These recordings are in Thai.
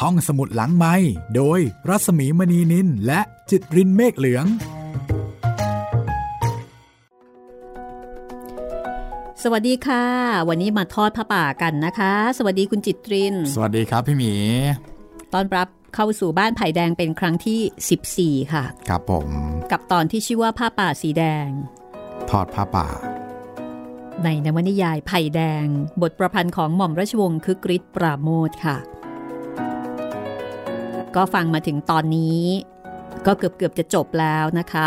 ห้องสมุดหลังไมค์โดยรัศมีมณีนินและจิตรินเมฆเหลืองสวัสดีค่ะวันนี้มาทอดผ้าป่ากันนะคะสวัสดีคุณจิตรินสวัสดีครับพี่หมีต้อนรับเข้าสู่บ้านไผ่แดงเป็นครั้งที่14ค่ะครับผมกับตอนที่ชื่อว่าผ้าป่าสีแดงทอดผ้าป่าในนวนิยายไผ่แดงบทประพันธ์ของหม่อมราชวงศ์คึกฤทธิ์ปราโมทย์ค่ะก็ฟังมาถึงตอนนี้ก็เกือบจะจบแล้วนะคะ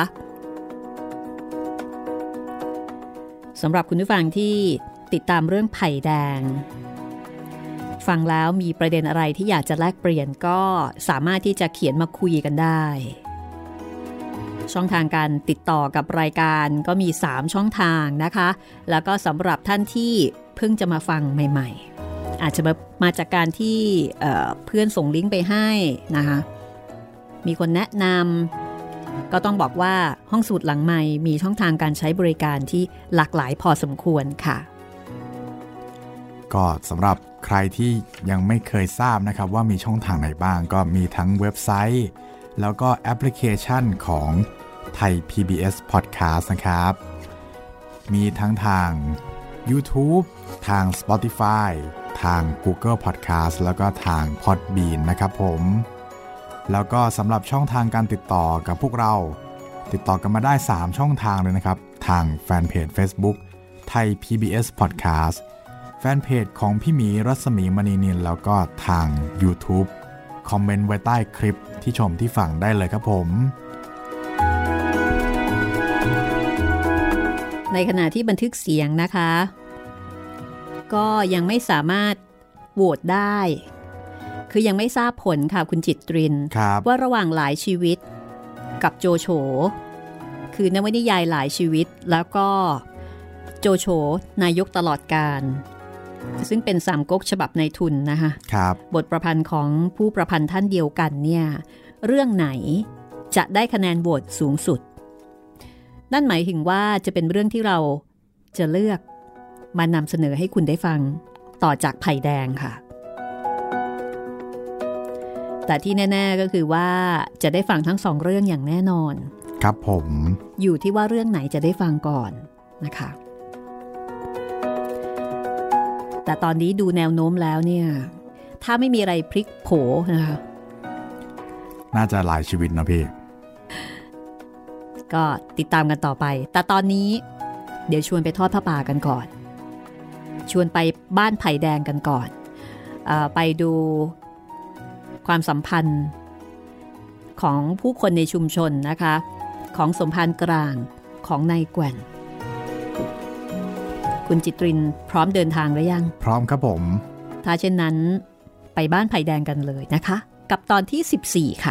สำหรับคุณผู้ฟังที่ติดตามเรื่องไผ่แดงฟังแล้วมีประเด็นอะไรที่อยากจะแลกเปลี่ยนก็สามารถที่จะเขียนมาคุยกันได้ช่องทางการติดต่อกับรายการก็มี3ช่องทางนะคะแล้วก็สำหรับท่านที่เพิ่งจะมาฟังใหม่ๆอาจจะมาจากการที่เพื่อนส่งลิงก์ไปให้นะคะมีคนแนะนำก็ต้องบอกว่าห้องสมุดหลังไมค์มีช่องทางการใช้บริการที่หลากหลายพอสมควรค่ะก็สำหรับใครที่ยังไม่เคยทราบนะครับว่ามีช่องทางไหนบ้างก็มีทั้งเว็บไซต์แล้วก็แอปพลิเคชันของไทย PBS Podcast นะครับมีทั้งทาง YouTube ทาง Spotify ทาง Google Podcast แล้วก็ทาง Podbean นะครับผมแล้วก็สำหรับช่องทางการติดต่อกับพวกเราติดต่อกันมาได้3ช่องทางเลยนะครับทางแฟนเพจ Facebook ไทย PBS Podcast แฟนเพจของพี่หมีรัศมีมณีนินแล้วก็ทาง YouTube คอมเมนต์ไว้ใต้คลิปที่ชมที่ฟังได้เลยครับผมในขณะที่บันทึกเสียงนะคะก็ยังไม่สามารถโหวตได้คือยังไม่ทราบผลค่ะคุณจิตรินว่าระหว่างหลายชีวิตกับโจโฉคือนวนิยายหลายชีวิตแล้วก็โจโฉนายกตลอดกาลซึ่งเป็นสามก๊กฉบับในทุนนะคะบทประพันธ์ของผู้ประพันธ์ท่านเดียวกันเนี่ยเรื่องไหนจะได้คะแนนโหวตสูงสุดนั่นหมายถึงว่าจะเป็นเรื่องที่เราจะเลือกมานำเสนอให้คุณได้ฟังต่อจากไผ่แดงค่ะแต่ที่แน่ๆก็คือว่าจะได้ฟังทั้ง2เรื่องอย่างแน่นอนครับผมอยู่ที่ว่าเรื่องไหนจะได้ฟังก่อนนะคะแต่ตอนนี้ดูแนวโน้มแล้วเนี่ยถ้าไม่มีอะไรพลิกโผนะคะน่าจะหลายชีวิตนะพี่ก็ติดตามกันต่อไปแต่ตอนนี้เดี๋ยวชวนไปทอดผ้าป่ากันก่อนชวนไปบ้านไผ่แดงกันก่อนไปดูความสัมพันธ์ของผู้คนในชุมชนนะคะของสมภารกลางของนายแกว่นคุณจิตรินพร้อมเดินทางหรือยังพร้อมครับผมถ้าเช่นนั้นไปบ้านไผ่แดงกันเลยนะคะกับตอนที่14ค่ะ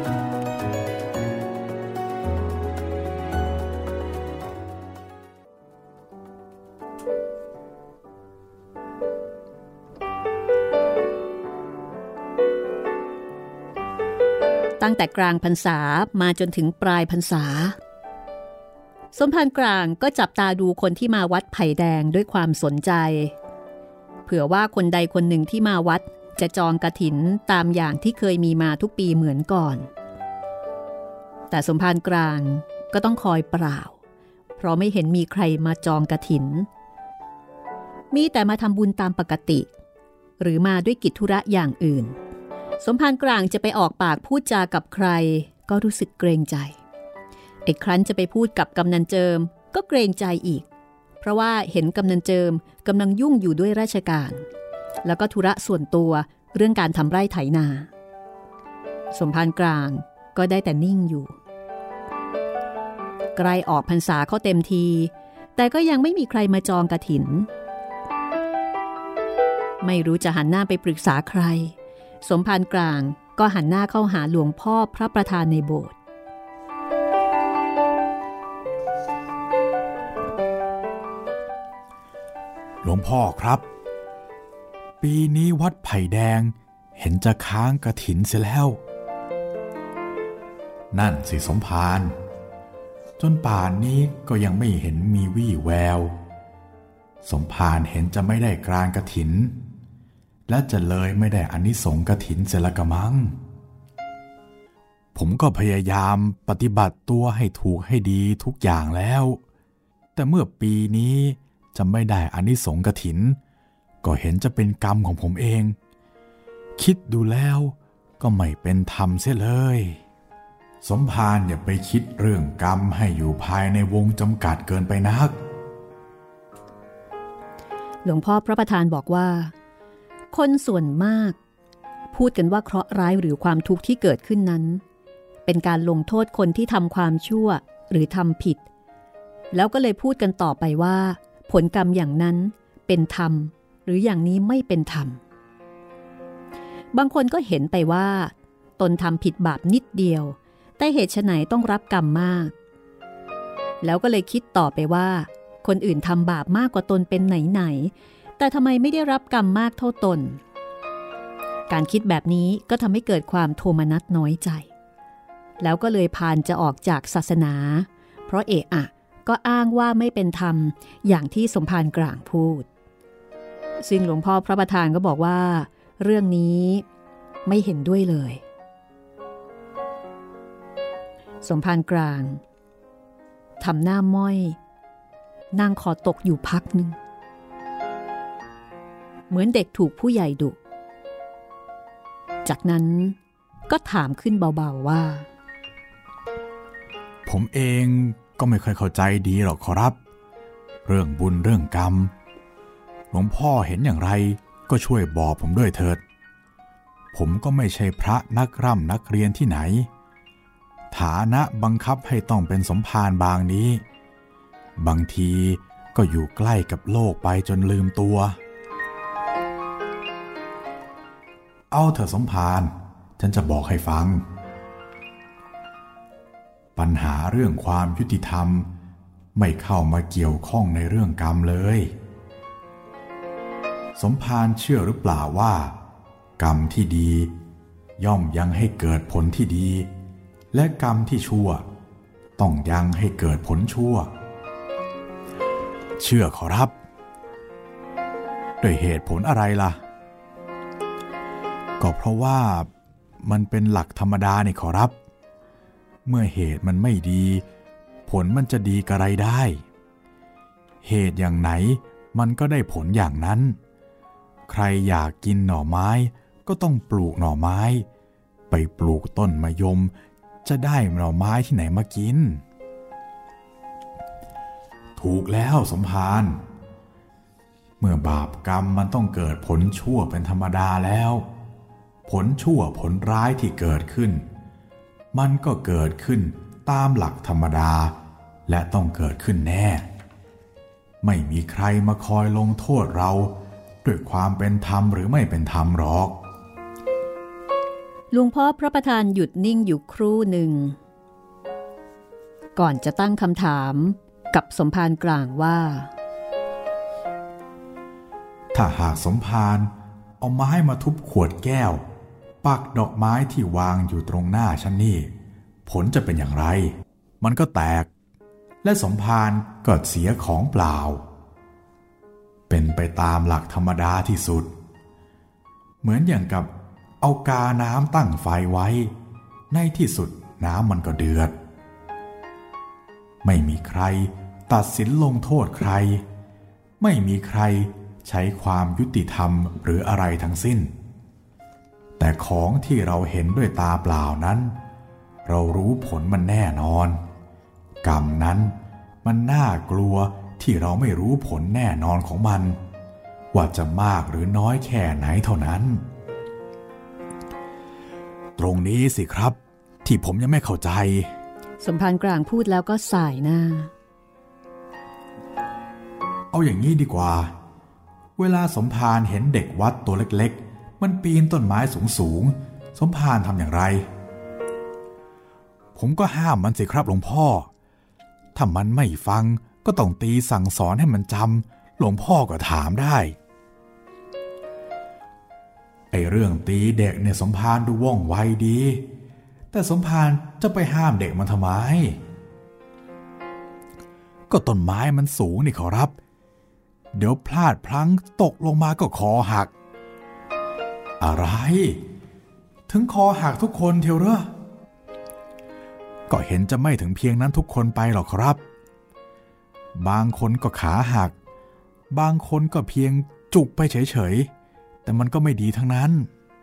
ตั้งแต่กลางพรรษามาจนถึงปลายพรรษาสมภารกลางก็จับตาดูคนที่มาวัดไผ่แดงด้วยความสนใจเผื่อว่าคนใดคนหนึ่งที่มาวัดจะจองกฐินตามอย่างที่เคยมีมาทุกปีเหมือนก่อนแต่สมภารกลางก็ต้องคอยเปล่าเพราะไม่เห็นมีใครมาจองกฐินมีแต่มาทำบุญตามปกติหรือมาด้วยกิจธุระอย่างอื่นสมภารกลางจะไปออกปากพูดจากับใครก็รู้สึกเกรงใจอีกครั้นจะไปพูดกับกำนันเจิมก็เกรงใจอีกเพราะว่าเห็นกำนันเจิมกำลังยุ่งอยู่ด้วยราชการแล้วก็ธุระส่วนตัวเรื่องการทำไร่ไถนาสมภารกลางก็ได้แต่นิ่งอยู่ใกล้ออกพรรษาเข้าเต็มทีแต่ก็ยังไม่มีใครมาจองกฐินไม่รู้จะหันหน้าไปปรึกษาใครสมภารกลางก็หันหน้าเข้าหาหลวงพ่อพระประธานในโบสถ์หลวงพ่อครับปีนี้วัดไผ่แดงเห็นจะค้างกฐินเสียแล้วนั่นสิสมภารจนป่านนี้ก็ยังไม่เห็นมีวี่แววสมภารเห็นจะไม่ได้กรานกฐินและจะเลยไม่ได้อานิสงส์กฐินเสียละกะมังผมก็พยายามปฏิบัติตัวให้ถูกให้ดีทุกอย่างแล้วแต่เมื่อปีนี้จะไม่ได้อานิสงส์กฐินก็เห็นจะเป็นกรรมของผมเองคิดดูแล้วก็ไม่เป็นธรรมเสียเลยสมภารอย่าไปคิดเรื่องกรรมให้อยู่ภายในวงจำกัดเกินไปนักหลวงพ่อพระประธานบอกว่าคนส่วนมากพูดกันว่าเคราะห์ร้ายหรือความทุกข์ที่เกิดขึ้นนั้นเป็นการลงโทษคนที่ทำความชั่วหรือทำผิดแล้วก็เลยพูดกันต่อไปว่าผลกรรมอย่างนั้นเป็นธรรมหรืออย่างนี้ไม่เป็นธรรมบางคนก็เห็นไปว่าตนทำผิดบาปนิดเดียวแต่เหตุไฉนต้องรับกรรมมากแล้วก็เลยคิดต่อไปว่าคนอื่นทำบาปมากกว่าตนเป็นไหนๆแต่ทำไมไม่ได้รับกรรมมากเท่าตนการคิดแบบนี้ก็ทำให้เกิดความโทมนัสน้อยใจแล้วก็เลยพานจะออกจากศาสนาเพราะเอะอะก็อ้างว่าไม่เป็นธรรมอย่างที่สมภารกลางพูดซึ่งหลวงพ่อพระประธานก็บอกว่าเรื่องนี้ไม่เห็นด้วยเลยสมภารกลางทำหน้าม้อยนั่งคอตกอยู่พักหนึ่งเหมือนเด็กถูกผู้ใหญ่ดุจากนั้นก็ถามขึ้นเบาๆว่าผมเองก็ไม่ค่อยเข้าใจดีหรอกขอรับเรื่องบุญเรื่องกรรมหลวงพ่อเห็นอย่างไรก็ช่วยบอกผมด้วยเถิดผมก็ไม่ใช่พระนักร่ำนักเรียนที่ไหนฐานะบังคับให้ต้องเป็นสมภารบางนี้บางทีก็อยู่ใกล้กับโลกไปจนลืมตัวเอาเถอะสมภารฉันจะบอกให้ฟังปัญหาเรื่องความยุติธรรมไม่เข้ามาเกี่ยวข้องในเรื่องกรรมเลยสมภารเชื่อหรือเปล่าว่ากรรมที่ดีย่อมยังให้เกิดผลที่ดีและกรรมที่ชั่วต้องยังให้เกิดผลชั่วเชื่อขอรับด้วยเหตุผลอะไรล่ะก็เพราะว่ามันเป็นหลักธรรมดานี่ขอรับเมื่อเหตุมันไม่ดีผลมันจะดีกระไรได้เหตุอย่างไหนมันก็ได้ผลอย่างนั้นใครอยากกินหน่อไม้ก็ต้องปลูกหน่อไม้ไปปลูกต้นมะยมจะได้หน่อไม้ที่ไหนมากินถูกแล้วสมภารเมื่อบาปกรรมมันต้องเกิดผลชั่วเป็นธรรมดาแล้วผลชั่วผลร้ายที่เกิดขึ้นมันก็เกิดขึ้นตามหลักธรรมดาและต้องเกิดขึ้นแน่ไม่มีใครมาคอยลงโทษเราด้วยความเป็นธรรมหรือไม่เป็นธรรมหรอกหลวงพ่อพระประธานหยุดนิ่งอยู่ครู่หนึ่งก่อนจะตั้งคำถามกับสมภารกลางว่าถ้าหากสมภารเอาไม้มาทุบขวดแก้วปักดอกไม้ที่วางอยู่ตรงหน้าฉันนี่ผลจะเป็นอย่างไรมันก็แตกและสมภารก็เสียของเปล่าเป็นไปตามหลักธรรมดาที่สุดเหมือนอย่างกับเอากาน้ำตั้งไฟไว้ในที่สุดน้ำมันก็เดือดไม่มีใครตัดสินลงโทษใครไม่มีใครใช้ความยุติธรรมหรืออะไรทั้งสิ้นแต่ของที่เราเห็นด้วยตาเปล่านั้นเรารู้ผลมันแน่นอนกรรมนั้นมันน่ากลัวที่เราไม่รู้ผลแน่นอนของมันว่าจะมากหรือน้อยแค่ไหนเท่านั้นตรงนี้สิครับที่ผมยังไม่เข้าใจสมภารกลางพูดแล้วก็ส่ายหน้าเอาอย่างนี้ดีกว่าเวลาสมภารเห็นเด็กวัดตัวเล็กๆมันปีนต้นไม้สูงๆสมภารทำอย่างไรผมก็ห้ามมันสิครับหลวงพ่อถ้ามันไม่ฟังก็ต้องตีสั่งสอนให้มันจำหลวงพ่อก็ถามได้ไอ้เรื่องตีเด็กเนี่ยสมภารดูว่องไวดีแต่สมภารจะไปห้ามเด็กมันทำไมก็ต้นไม้มันสูงนี่ขอรับเดี๋ยวพลาดพลั้งตกลงมาก็คอหักอะไรถึงคอหักทุกคนเทียวเหรอก็เห็นจะไม่ถึงเพียงนั้นทุกคนไปหรอกครับบางคนก็ขาหักบางคนก็เพียงจุกไปเฉยๆแต่มันก็ไม่ดีทั้งนั้น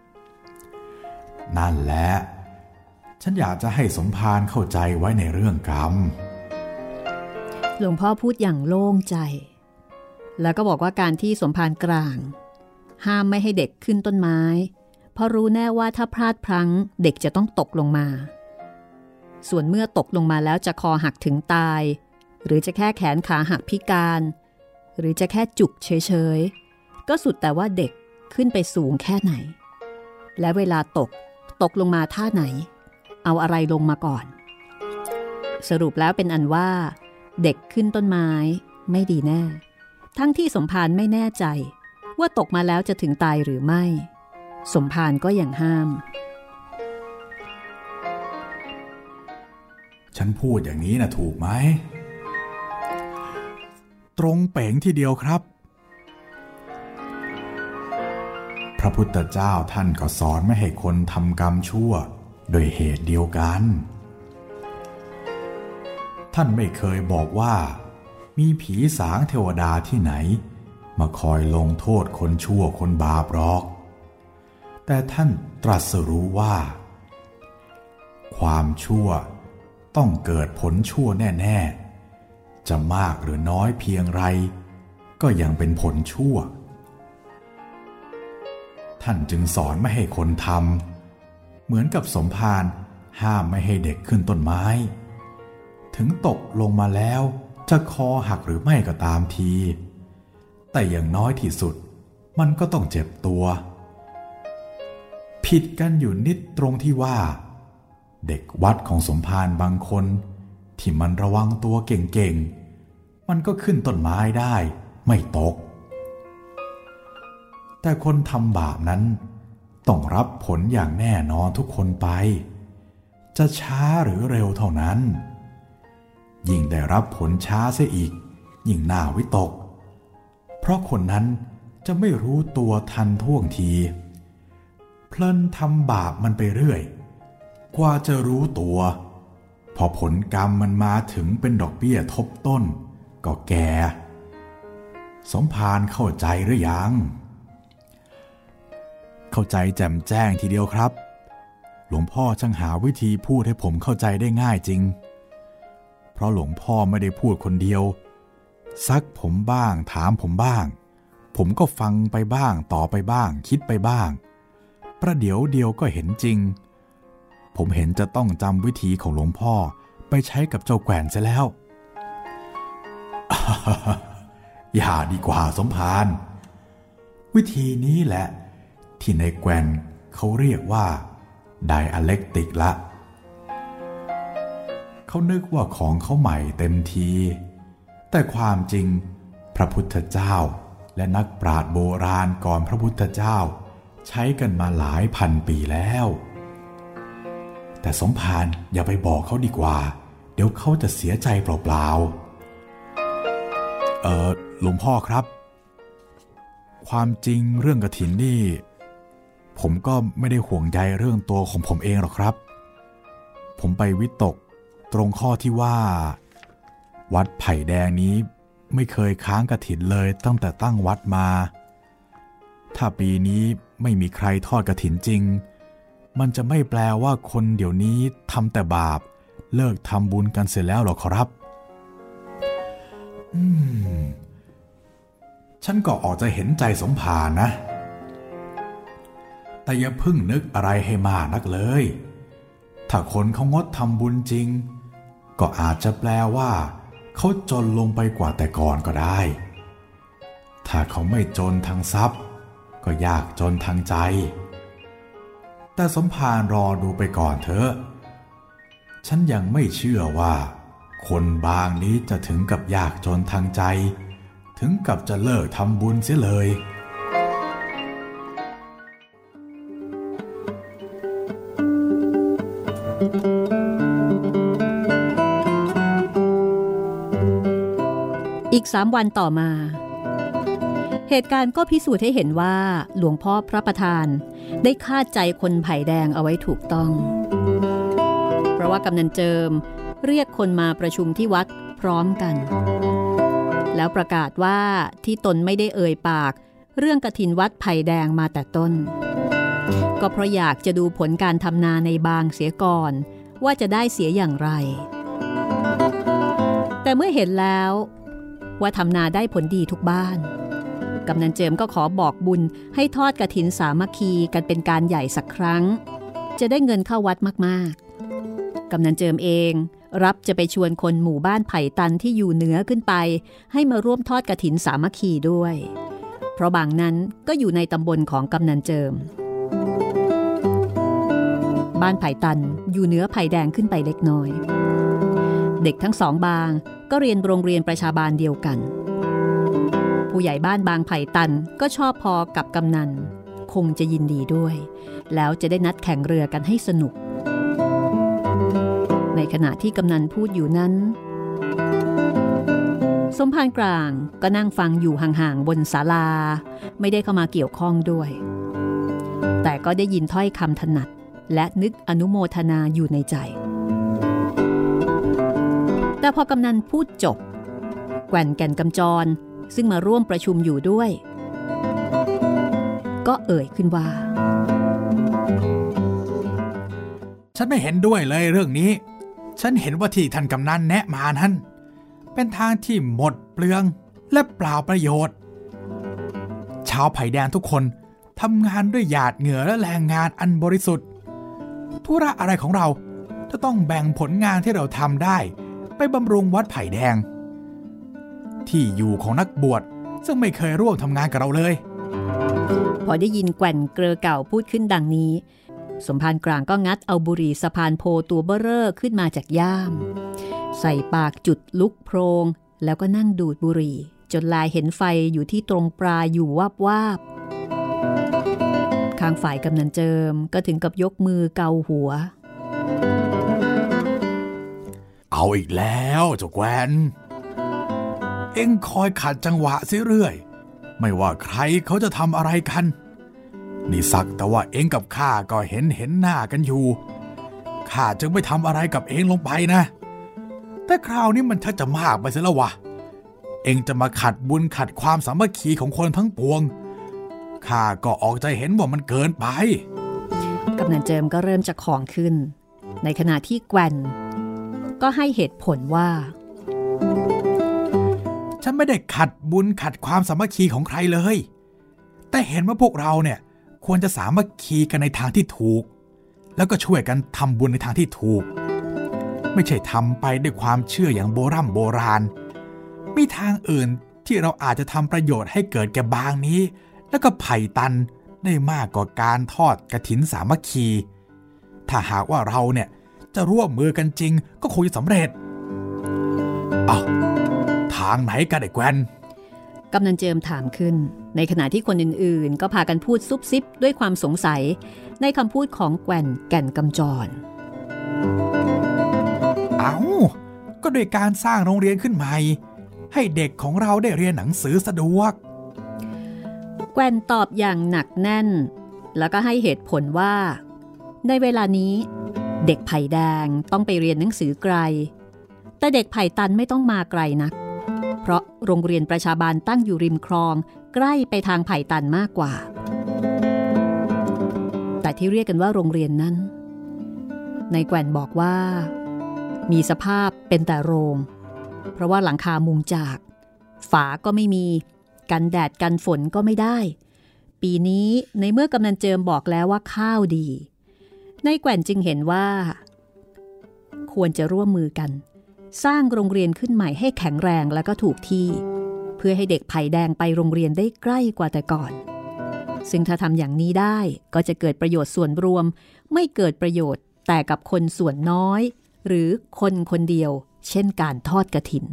นั่นแหละฉันอยากจะให้สมภารเข้าใจไว้ในเรื่องกรรมหลวงพ่อพูดอย่างโล่งใจแล้วก็บอกว่าการที่สมภารกลางห้ามไม่ให้เด็กขึ้นต้นไม้เพราะรู้แน่ว่าถ้าพลาดพลั้งเด็กจะต้องตกลงมาส่วนเมื่อตกลงมาแล้วจะคอหักถึงตายหรือจะแค่แขนขาหักพิการหรือจะแค่จุกเฉยๆก็สุดแต่ว่าเด็กขึ้นไปสูงแค่ไหนและเวลาตกลงมาท่าไหนเอาอะไรลงมาก่อนสรุปแล้วเป็นอันว่าเด็กขึ้นต้นไม้ไม่ดีแน่ทั้งที่สมภารไม่แน่ใจว่าตกมาแล้วจะถึงตายหรือไม่สมภารก็ยังห้ามฉันพูดอย่างนี้นะถูกไหมตรงเป๋งทีเดียวครับพระพุทธเจ้าท่านก็สอนไม่ให้คนทำกรรมชั่วโดยเหตุเดียวกันท่านไม่เคยบอกว่ามีผีสางเทวดาที่ไหนมาคอยลงโทษคนชั่วคนบาปหรอกแต่ท่านตรัสรู้ว่าความชั่วต้องเกิดผลชั่วแน่ๆจะมากหรือน้อยเพียงไรก็ยังเป็นผลชั่วท่านจึงสอนไม่ให้คนทำเหมือนกับสมภารห้ามไม่ให้เด็กขึ้นต้นไม้ถึงตกลงมาแล้วจะคอหักหรือไม่ก็ตามทีแต่อย่างน้อยที่สุดมันก็ต้องเจ็บตัวผิดกันอยู่นิดตรงที่ว่าเด็กวัดของสมภารบางคนที่มันระวังตัวเก่งๆมันก็ขึ้นต้นไม้ได้ไม่ตกแต่คนทำบาปนั้นต้องรับผลอย่างแน่นอนทุกคนไปจะช้าหรือเร็วเท่านั้นยิ่งได้รับผลช้าเสียอีกยิ่งน่าวิตกเพราะคนนั้นจะไม่รู้ตัวทันท่วงทีเพลินทำบาปมันไปเรื่อยกว่าจะรู้ตัวพอผลกรรมมันมาถึงเป็นดอกเบี้ยทบต้นก็แก่สมภารเข้าใจหรือยังเข้าใจแจ่มแจ้งทีเดียวครับหลวงพ่อช่างหาวิธีพูดให้ผมเข้าใจได้ง่ายจริงเพราะหลวงพ่อไม่ได้พูดคนเดียวซักผมบ้างถามผมบ้างผมก็ฟังไปบ้างต่อไปบ้างคิดไปบ้างประเดี๋ยวเดียวก็เห็นจริงผมเห็นจะต้องจำวิธีของหลวงพ่อไปใช้กับเจ้าแกว่นเสียแล้ว อย่าดีกว่าสมภารวิธีนี้แหละที่ในแกว่นเขาเรียกว่าไดอะเล็กติกละเขานึกว่าของเขาใหม่เต็มทีแต่ความจริงพระพุทธเจ้าและนักปราชญ์โบราณก่อนพระพุทธเจ้าใช้กันมาหลายพันปีแล้วแต่สมภารอย่าไปบอกเขาดีกว่าเดี๋ยวเขาจะเสียใจเปล่าๆหลวงพ่อครับความจริงเรื่องกฐินนี่ผมก็ไม่ได้ห่วงใยเรื่องตัวของผมเองหรอกครับผมไปวิตกตรงข้อที่ว่าวัดไผ่แดงนี้ไม่เคยค้างกฐินเลยตั้งแต่ตั้งวัดมาถ้าปีนี้ไม่มีใครทอดกฐินจริงมันจะไม่แปลว่าคนเดี๋ยวนี้ทำแต่บาปเลิกทำบุญกันเสร็จแล้วหรอครับฉันก็ออกจะเห็นใจสมภารนะแต่อย่าเพิ่งนึกอะไรให้มากนักเลยถ้าคนเขางดทำบุญจริงก็อาจจะแปลว่าเขาจนลงไปกว่าแต่ก่อนก็ได้ถ้าเขาไม่จนทางทรัพย์ก็ยากจนทางใจแต่สมภารรอดูไปก่อนเถอะฉันยังไม่เชื่อว่าคนบางนี้จะถึงกับยากจนทางใจถึงกับจะเลิกทำบุญเสียเลยอีก3 วันต่อมาเหตุการณ์ก็พิสูจน์ให้เห็นว่าหลวงพ่อพระประธานได้คาดใจคนไผ่แดงเอาไว้ถูกต้องเพราะว่ากำนันเจิมเรียกคนมาประชุมที่วัดพร้อมกันแล้วประกาศว่าที่ตนไม่ได้เอ่ยปากเรื่องกฐินวัดไผ่แดงมาแต่ต้นก็เพราะอยากจะดูผลการทำนาในบางเสียก่อนว่าจะได้เสียอย่างไรแต่เมื่อเห็นแล้วว่าทำนาได้ผลดีทุกบ้านกำนันเจิมก็ขอบอกบุญให้ทอดกฐินสามัคคีกันเป็นการใหญ่สักครั้งจะได้เงินเข้าวัดมากๆกำนันเจิมเองรับจะไปชวนคนหมู่บ้านไผ่ตันที่อยู่เหนือขึ้นไปให้มาร่วมทอดกฐินสามัคคีด้วยเพราะบางนั้นก็อยู่ในตำบลของกำนันเจิมบ้านไผ่ตันอยู่เหนือไผ่แดงขึ้นไปเล็กน้อยเด็กทั้งสองบางก็เรียนโรงเรียนประชาบาลเดียวกันผู้ใหญ่บ้านบางไผ่ตันก็ชอบพอกับกำนันคงจะยินดีด้วยแล้วจะได้นัดแข่งเรือกันให้สนุกในขณะที่กำนันพูดอยู่นั้นสมภารกลางก็นั่งฟังอยู่ห่างๆบนศาลาไม่ได้เข้ามาเกี่ยวข้องด้วยแต่ก็ได้ยินถ้อยคำถนัดและนึกอนุโมทนาอยู่ในใจแต่พอกำนันพูดจบแก่นแก่นกำจรซึ่งมาร่วมประชุมอยู่ด้วยก็เอ่ยขึ้นว่าฉันไม่เห็นด้วยเลยเรื่องนี้ฉันเห็นว่าที่ท่านกำนันแนะมานั้นเป็นทางที่หมดเปลืองและเปล่าประโยชน์ชาวไผ่แดงทุกคนทำงานด้วยหยาดเหงื่อและแรงงานอันบริสุทธิ์ธุระอะไรของเราจะต้องแบ่งผลงานที่เราทำได้ไปบำรุงวัดไผ่แดงที่อยู่ของนักบวชซึ่งไม่เคยร่วมทำงานกับเราเลยพอได้ยินแก่นเกลือเก่าพูดขึ้นดังนี้สมภารกลางก็งัดเอาบุหรี่สะพานโพตัวเบ้อเร่อขึ้นมาจากย่ามใส่ปากจุดลุกโพรงแล้วก็นั่งดูดบุหรี่จนลายเห็นไฟอยู่ที่ตรงปลายอยู่วาบวาบข้างฝ่ายกำนันเจิมก็ถึงกับยกมือเกาหัวเอาอีกแล้วเจ้าแกวนเอ็งคอยขัดจังหวะเสียเรื่อยไม่ว่าใครเขาจะทำอะไรกันนี่สักแต่ว่าเอ็งกับข้าก็เห็นหน้ากันอยู่ข้าจึงไม่ทำอะไรกับเอ็งลงไปนะแต่คราวนี้มันชักจะมากไปเสียแล้ววะเอ็งจะมาขัดบุญขัดความสามัคคีของคนทั้งปวงข้าก็ออกใจเห็นว่ามันเกินไปกำนันเจิมก็เริ่มจะของขึ้นในขณะที่แกวนก็ให้เหตุผลว่าฉันไม่ได้ขัดบุญขัดความสามัคคีของใครเลยแต่เห็นว่าพวกเราเนี่ยควรจะสามัคคีกันในทางที่ถูกแล้วก็ช่วยกันทำบุญในทางที่ถูกไม่ใช่ทำไปด้วยความเชื่ออย่างโบราณมีทางอื่นที่เราอาจจะทำประโยชน์ให้เกิดแก่บางนี้แล้วก็ไผ่ตันได้มากกว่าการทอดกฐินสามัคคีถ้าหากว่าเราเนี่ยจะร่วมมือกันจริงก็คงจะสำเร็จทางไหนกันไอ้แกวนกำนันเจิมถามขึ้นในขณะที่คนอื่นๆก็พากันพูดซุบซิบด้วยความสงสัยในคำพูดของแกวนแก่นกำจรก็โดยการสร้างโรงเรียนขึ้นใหม่ให้เด็กของเราได้เรียนหนังสือสะดวกแกวนตอบอย่างหนักแน่นแล้วก็ให้เหตุผลว่าในเวลานี้เด็กไผ่แดงต้องไปเรียนหนังสือไกลแต่เด็กไผ่ตันไม่ต้องมาไกลนักเพราะโรงเรียนประชาบาลตั้งอยู่ริมคลองใกล้ไปทางไผ่ตันมากกว่าแต่ที่เรียกกันว่าโรงเรียนนั้นนายแกวนบอกว่ามีสภาพเป็นแต่โรงเพราะว่าหลังคามุงจากฝาก็ไม่มีกันแดดกันฝนก็ไม่ได้ปีนี้ในเมื่อกำนันเจิมบอกแล้วว่าข้าวดีนายแกวนจึงเห็นว่าควรจะร่วมมือกันสร้างโรงเรียนขึ้นใหม่ให้แข็งแรงและก็ถูกที่เพื่อให้เด็กไผ่แดงไปโรงเรียนได้ใกล้กว่าแต่ก่อนซึ่งถ้าทำอย่างนี้ได้ก็จะเกิดประโยชน์ส่วนรวมไม่เกิดประโยชน์แต่กับคนส่วนน้อยหรือคนคนเดียวเช่นการทอดกฐิน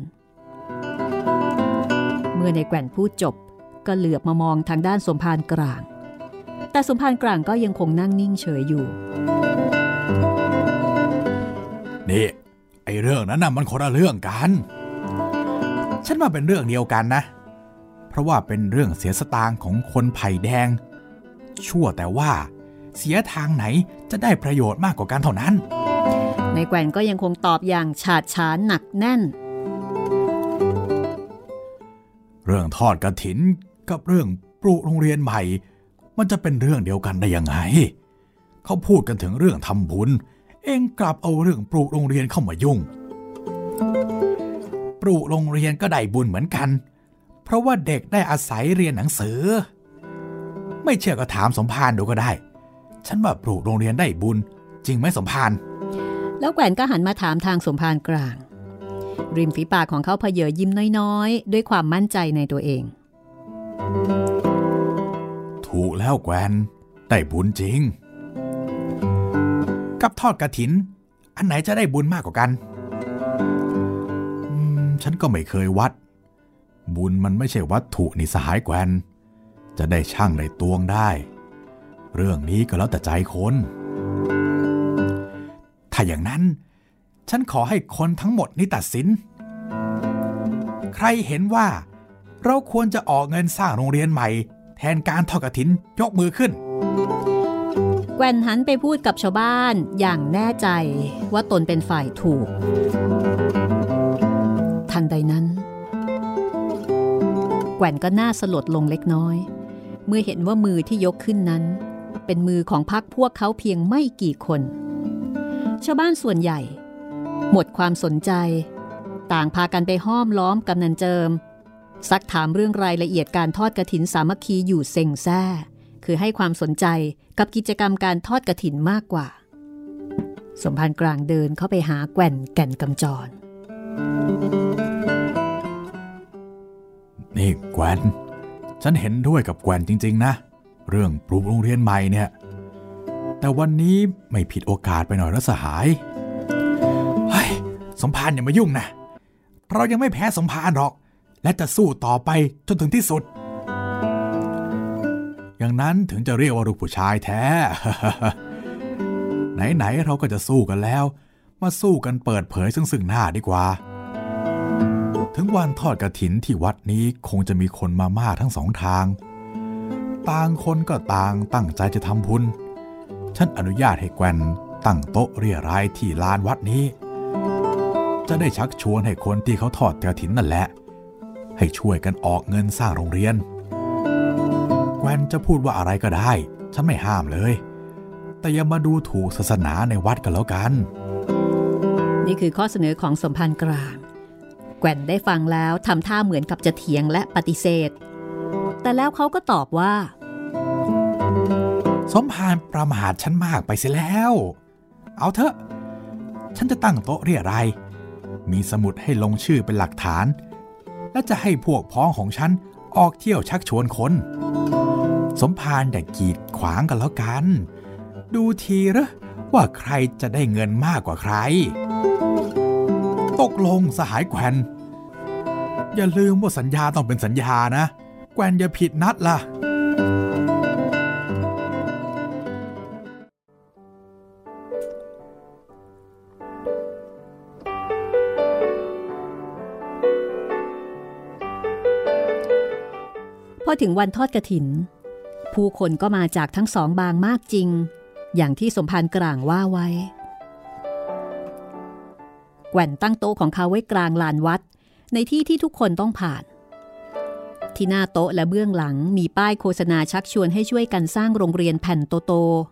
เมื่อนายแกวนพูดจบก็เหลือบมามองทางด้านสมภารกลางแต่สมภารกลางก็ยังคงนั่งนิ่งเฉยอยู่นี่ไอ้เรื่องนั้นน่ะมันคนละเรื่องกันฉันว่าเป็นเรื่องเดียวกันนะเพราะว่าเป็นเรื่องเสียสตางค์ของคนไผ่แดงชั่วแต่ว่าเสียทางไหนจะได้ประโยชน์มากกว่ากันเท่านั้นในแกว่นก็ยังคงตอบอย่างฉาดฉานหนักแน่นเรื่องทอดกฐินกับเรื่องปลูกโรงเรียนใหม่มันจะเป็นเรื่องเดียวกันได้ยังไงเขาพูดกันถึงเรื่องทำบุญเองกลับเอาเรื่องปลูกโรงเรียนเข้ามายุ่งปลูกโรงเรียนก็ได้บุญเหมือนกันเพราะว่าเด็กได้อาศัยเรียนหนังสือไม่เชื่อก็ถามสมภารดูก็ได้ฉันว่าปลูกโรงเรียนได้บุญจริงไหมสมภารแล้วแกว่นก็หันมาถามทางสมภารกลางริมฝีปากของเขาเพเยอยิ้มน้อยๆด้วยความมั่นใจในตัวเองถูกแล้วแกว่นได้บุญจริงกับทอดกฐินอันไหนจะได้บุญมากกว่ากันฉันก็ไม่เคยวัดบุญมันไม่ใช่วัตถุนี่สหายแกว่นจะได้ชั่งได้ตวงได้เรื่องนี้ก็แล้วแต่ใจคนถ้าอย่างนั้นฉันขอให้คนทั้งหมดนี่ตัดสินใครเห็นว่าเราควรจะออกเงินสร้างโรงเรียนใหม่แทนการทอดกฐินยกมือขึ้นแกว่นหันไปพูดกับชาวบ้านอย่างแน่ใจว่าตนเป็นฝ่ายถูกทันใดนั้นแกว่นก็น่าสลดลงเล็กน้อยเมื่อเห็นว่ามือที่ยกขึ้นนั้นเป็นมือของพรรคพวกเขาเพียงไม่กี่คนชาวบ้านส่วนใหญ่หมดความสนใจต่างพากันไปห้อมล้อมกำนันเจิมซักถามเรื่องรายละเอียดการทอดกฐินสามัคคีอยู่เซ็งแซ่คือให้ความสนใจกับกิจกรรมการทอดกฐินมากกว่าสมภารกลางเดินเข้าไปหาแกว่นแก่นกำจรนี่แกว่นฉันเห็นด้วยกับแกว่นจริงๆนะเรื่องปลูกโรงเรียนใหม่เนี่ยแต่วันนี้ไม่ผิดโอกาสไปหน่อยแล้วสหายเฮ้ยสมภารอย่ามายุ่งนะเรายังไม่แพ้สมภารหรอกและจะสู้ต่อไปจนถึงที่สุดอย่างนั้นถึงจะเรียกว่าลูกผู้ชายแท้ ไหนๆเราก็จะสู้กันแล้วมาสู้กันเปิดเผยซึ่งหน้าดีกว่าถึงวันทอดกฐินที่วัดนี้คงจะมีคนมามากทั้งสองทางต่างคนก็ต่างตั้งใจจะทำบุญฉันอนุญาตให้แกว่นตั้งโต๊ะเรียรายที่ลานวัดนี้จะได้ชักชวนให้คนที่เขาทอดกฐินนั่นแหละให้ช่วยกันออกเงินสร้างโรงเรียนแกว่นจะพูดว่าอะไรก็ได้ฉันไม่ห้ามเลยแต่อย่ามาดูถูกศาสนาในวัดกันแล้วกันนี่คือข้อเสนอของสมภารกลางแกว่นได้ฟังแล้วทำท่าเหมือนกับจะเถียงและปฏิเสธแต่แล้วเขาก็ตอบว่าสมภารประมาทฉันมากไปเสียแล้วเอาเถอะฉันจะตั้งโต๊ะเรียรายมีสมุดให้ลงชื่อเป็นหลักฐานและจะให้พวกพ้องของฉันออกเที่ยวชักชวนคนสมภารอย่ากีดขวางกันแล้วกันดูทีเหรอว่าใครจะได้เงินมากกว่าใครตกลงสหายแกว่นอย่าลืมว่าสัญญาต้องเป็นสัญญานะแกว่นอย่าผิดนัดล่ะพอถึงวันทอดกฐินผู้คนก็มาจากทั้งสองบางมากจริงอย่างที่สมภารกลางว่าไว้แกว่นตั้งโต๊ะของเขาไว้กลางลานวัดในที่ที่ทุกคนต้องผ่านที่หน้าโต๊ะและเบื้องหลังมีป้ายโฆษณาชักชวนให้ช่วยกันสร้างโรงเรียนแผ่นโต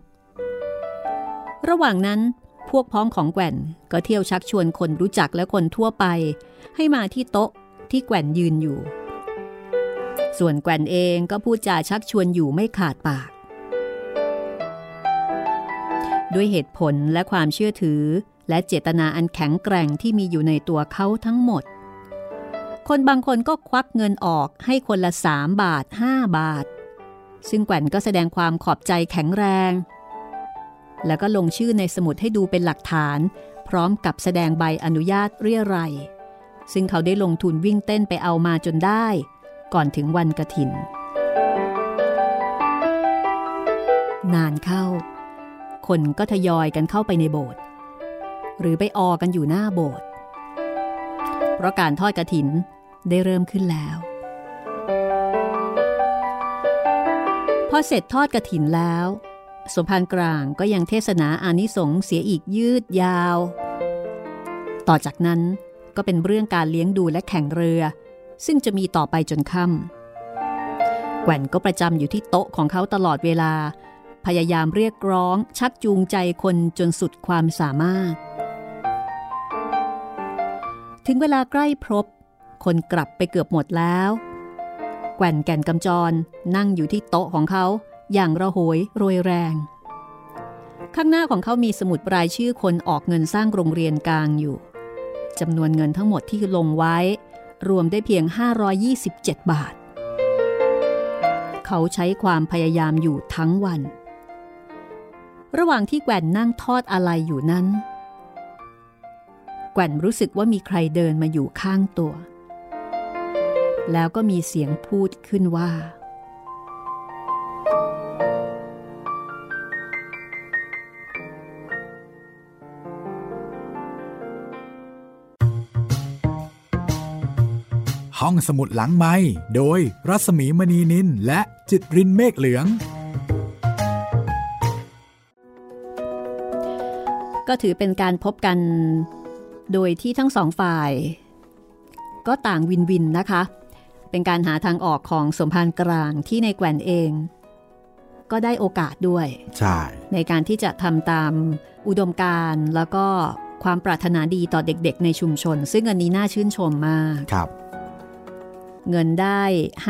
ๆระหว่างนั้นพวกพ้องของแกว่นก็เที่ยวชักชวนคนรู้จักและคนทั่วไปให้มาที่โต๊ะที่แกว่นยืนอยู่ส่วนแกว่นเองก็พูดจาชักชวนอยู่ไม่ขาดปากด้วยเหตุผลและความเชื่อถือและเจตนาอันแข็งแกร่งที่มีอยู่ในตัวเขาทั้งหมดคนบางคนก็ควักเงินออกให้คนละ3 บาท5 บาทซึ่งแกว่นก็แสดงความขอบใจแข็งแรงแล้วก็ลงชื่อในสมุดให้ดูเป็นหลักฐานพร้อมกับแสดงใบอนุญาตเรี่ยไรซึ่งเขาได้ลงทุนวิ่งเต้นไปเอามาจนได้ก่อนถึงวันกฐินนานเข้าคนก็ทยอยกันเข้าไปในโบสถ์หรือไปออกันอยู่หน้าโบสถ์เพราะการทอดกฐินได้เริ่มขึ้นแล้วพอเสร็จทอดกฐินแล้วสมภารกลางก็ยังเทศนาอานิสงส์เสียอีกยืดยาวต่อจากนั้นก็เป็นเรื่องการเลี้ยงดูและแข่งเรือซึ่งจะมีต่อไปจนค่ำแกว่นก็ประจำอยู่ที่โต๊ะของเขาตลอดเวลาพยายามเรียกร้องชักจูงใจคนจนสุดความสามารถถึงเวลาใกล้พบคนกลับไปเกือบหมดแล้วแกว่นแก่นกำจรนั่งอยู่ที่โต๊ะของเขาอย่างระโหยโรยแรงข้างหน้าของเขามีสมุดรายชื่อคนออกเงินสร้างโรงเรียนกลางอยู่จำนวนเงินทั้งหมดที่ลงไว้รวมได้เพียง527 บาทเขาใช้ความพยายามอยู่ทั้งวันระหว่างที่แกว่นนั่งทอดอาลัยอยู่นั้นแกว่นรู้สึกว่ามีใครเดินมาอยู่ข้างตัวแล้วก็มีเสียงพูดขึ้นว่าห้องสมุดหลังไมค์โดยรัศมีมณีนินและจิตรินเมฆเหลืองก็ถือเป็นการพบกันโดยที่ทั้งสองฝ่ายก็ต่างวินวินนะคะเป็นการหาทางออกของสมภารกลางที่ในแกว่นเองก็ได้โอกาสด้วยใช่ในการที่จะทำตามอุดมการณ์แล้วก็ความปรารถนาดีต่อเด็กๆในชุมชนซึ่งอันนี้น่าชื่นชมมากครับเงินได้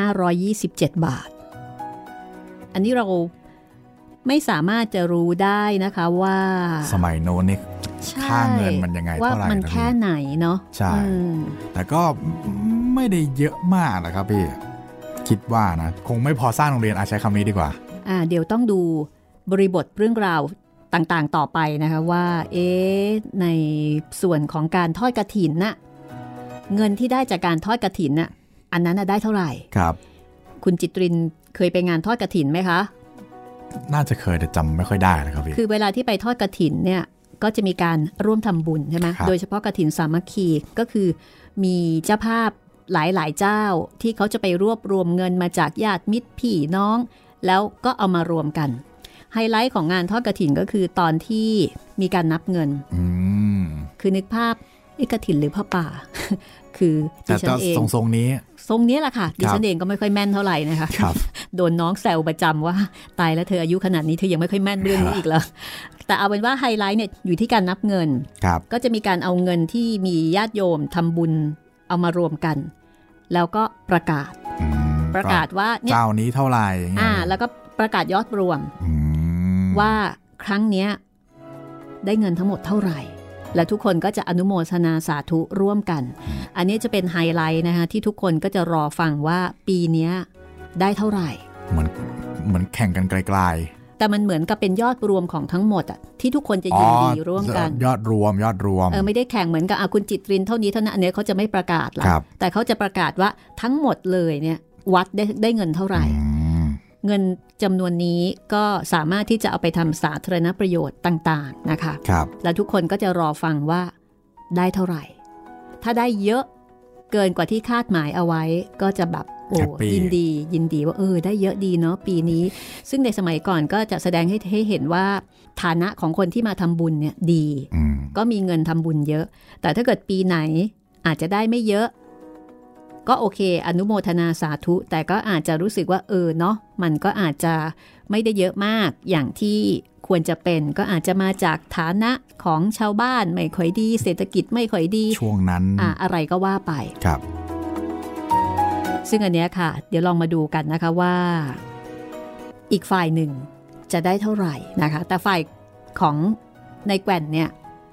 527 บาทอันนี้เราไม่สามารถจะรู้ได้นะคะว่าสมัยโน้นนี่ค่าเงินมันยังไงเท่าไหร่ว่ามันแค่ไหนเนาะใช่แต่ก็ไม่ได้เยอะมากนะครับพี่คิดว่านะคงไม่พอสร้างโรงเรียนใช้คำนี้ดีกว่าเดี๋ยวต้องดูบริบทเรื่องราวต่างๆต่อไปนะคะว่าในส่วนของการทอดกฐินน่ะเงินที่ได้จากการทอดกฐินน่ะอันนั้นได้เท่าไหร่ครับคุณจิตรินเคยไปงานทอดกฐินไหมคะน่าจะเคยแต่จำไม่ค่อยได้นะครับพี่คือเวลาที่ไปทอดกฐินเนี่ยก็จะมีการร่วมทำบุญใช่ไหมโดยเฉพาะกฐินสามัคคีก็คือมีเจ้าภาพหลายๆเจ้าที่เขาจะไปรวบรวมเงินมาจากญาติมิตรพี่น้องแล้วก็เอามารวมกันไฮไลท์ของงานทอดกฐินก็คือตอนที่มีการนับเงินคือนึกภาพกฐินหรือผ้าป่าคือดิฉันเองทรงนี้แหละค่ะดิฉันเองก็ไม่ค่อยแม่นเท่าไหร่นะคะโดนน้องแซวประจำว่าตายแล้วเธออายุขนาดนี้เธอยังไม่ค่อยแม่นเรื่องนี้อีกแล้วแต่เอาเป็นว่าไฮไลท์เนี่ยอยู่ที่การนับเงินก็จะมีการเอาเงินที่มีญาติโยมทำบุญเอามารวมกันแล้วก็ประกาศว่าเจ้านี้เท่าไหร่แล้วก็ประกาศยอดรวมว่าครั้งนี้ได้เงินทั้งหมดเท่าไหร่และทุกคนก็จะอนุโมทนาสาธุร่วมกันอันนี้จะเป็นไฮไลท์นะคะที่ทุกคนก็จะรอฟังว่าปีนี้ได้เท่าไหร่เหมือนแข่งกันไกลๆแต่มันเหมือนกับเป็นยอดรวมของทั้งหมดที่ทุกคนจะยินดีร่วมกันยอดรวมไม่ได้แข่งเหมือนกับคุณจิตรินเท่านี้เท่านั้นอันนี้เขาจะไม่ประกาศหรอกแต่เขาจะประกาศว่าทั้งหมดเลยเนี่ยวัดได้เงินเท่าไหร่เงินจำนวนนี้ก็สามารถที่จะเอาไปทำสาธารณประโยชน์ต่างๆนะคะแล้วทุกคนก็จะรอฟังว่าได้เท่าไหร่ถ้าได้เยอะเกินกว่าที่คาดหมายเอาไว้ก็จะแบบยินดีว่าได้เยอะดีเนาะปีนี้ซึ่งในสมัยก่อนก็จะแสดงให้เห็นว่าฐานะของคนที่มาทำบุญเนี่ยดีก็มีเงินทำบุญเยอะแต่ถ้าเกิดปีไหนอาจจะได้ไม่เยอะก็โอเคอนุโมทนาสาธุแต่ก็อาจจะรู้สึกว่าเนาะมันก็อาจจะไม่ได้เยอะมากอย่างที่ควรจะเป็นก็อาจจะมาจากฐานะของชาวบ้านไม่ค่อยดีเศรษฐกิจไม่ค่อยดีช่วงนั้นอะไรก็ว่าไปครับซึ่งอันเนี้ยค่ะเดี๋ยวลองมาดูกันนะคะว่าอีกฝ่ายหนึ่งจะได้เท่าไหร่นะคะแต่ฝ่ายของในแกว่นเนี่ย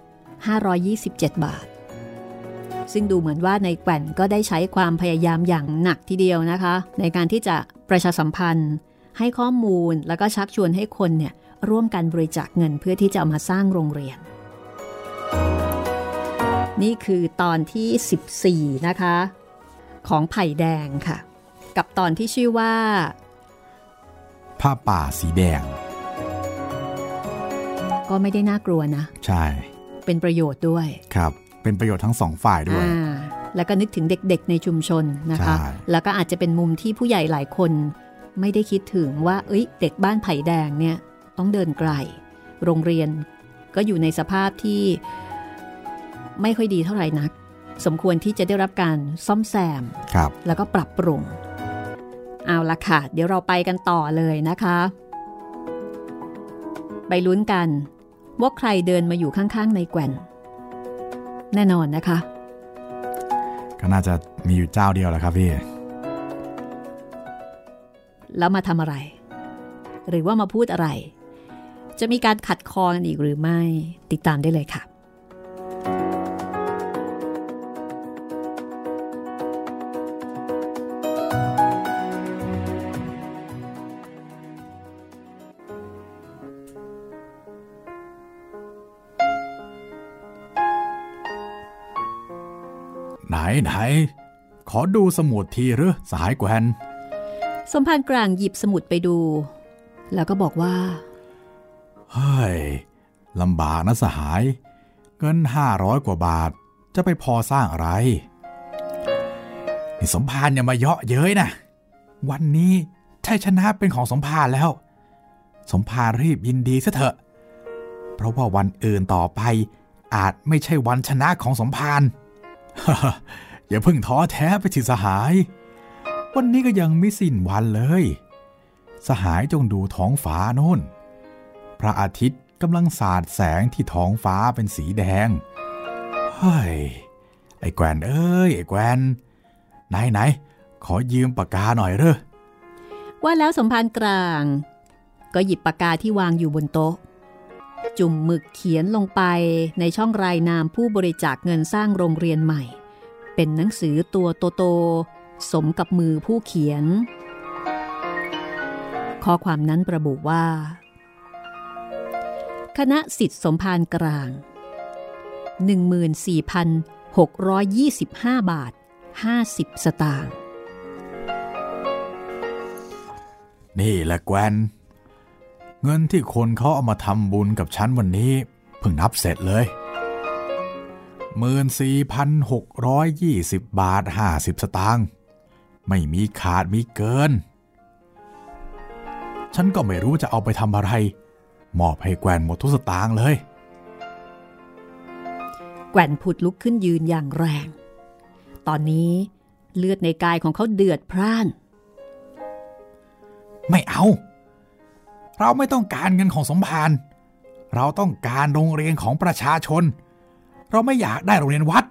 527 บาทซึ่งดูเหมือนว่าในแกว่นก็ได้ใช้ความพยายามอย่างหนักทีเดียวนะคะในการที่จะประชาสัมพันธ์ให้ข้อมูลแล้วก็ชักชวนให้คนเนี่ยร่วมกันบริจาคเงินเพื่อที่จะเอามาสร้างโรงเรียนนี่คือตอนที่14นะคะของไผ่แดงค่ะกับตอนที่ชื่อว่าผ้าป่าสีแดงก็ไม่ได้น่ากลัวนะใช่เป็นประโยชน์ด้วยครับเป็นประโยชน์ทั้งสองฝ่ายด้วยแล้วก็นึกถึงเด็กๆในชุมชนนะคะแล้วก็อาจจะเป็นมุมที่ผู้ใหญ่หลายคนไม่ได้คิดถึงว่าเด็กบ้านไผ่แดงเนี่ยต้องเดินไกลโรงเรียนก็อยู่ในสภาพที่ไม่ค่อยดีเท่าไหร่นักสมควรที่จะได้รับการซ่อมแซมแล้วก็ปรับปรุงเอาละค่ะเดี๋ยวเราไปกันต่อเลยนะคะไปลุ้นกันว่าใครเดินมาอยู่ข้างๆในแกว่นแน่นอนนะคะก็น่าจะมีอยู่เจ้าเดียวแหละครับพี่แล้วมาทำอะไรหรือว่ามาพูดอะไรจะมีการขัดคอกันอีกหรือไม่ติดตามได้เลยค่ะไหนขอดูสมุดทีหรือสหายแกวนสมภารกลางหยิบสมุดไปดูแล้วก็บอกว่าเฮ้ยลำบากนะสหายเงิน500 กว่าบาทจะไปพอสร้างอะไรนี่สมภารอย่ามาเยาะเย้ยนะวันนี้ชัยชนะเป็นของสมภารแล้วสมภารรีบยินดีซะเถอะเพราะว่าวันอื่นต่อไปอาจไม่ใช่วันชนะของสมภาร อย่าเพิ่งท้อแท้ไปสิสหายวันนี้ก็ยังไม่สิ้นวันเลยสหายจงดูท้องฟ้าโน่นพระอาทิตย์กำลังสาดแสงที่ท้องฟ้าเป็นสีแดงเฮ้ยไอ้แกวนเอ้ยไอ้แกวนไหนขอยืมปากกาหน่อยเด้อว่าแล้วสมภารกลางก็หยิบปากกาที่วางอยู่บนโต๊ะจุ่มหมึกเขียนลงไปในช่องรายนามผู้บริจาคเงินสร้างโรงเรียนใหม่เป็นหนังสือตัวโตๆสมกับมือผู้เขียนข้อความนั้นระบุว่าคณะศิษย์สมภารกลาง 14,625 บาท50 สตางค์นี่แหละแกวนเงินที่คนเขาเอามาทำบุญกับฉันวันนี้เพิ่งนับเสร็จเลย 14,620 บาท50 สตางค์ไม่มีขาดมีเกินฉันก็ไม่รู้จะเอาไปทำอะไรมอบให้แกวนหมดทุกสตางค์เลยแกวนผุดลุกขึ้นยืนอย่างแรงตอนนี้เลือดในกายของเขาเดือดพร่านไม่เอาเราไม่ต้องการเงินของสมภารเราต้องการโรงเรียนของประชาชนเราไม่อยากได้โรงเรียนวัด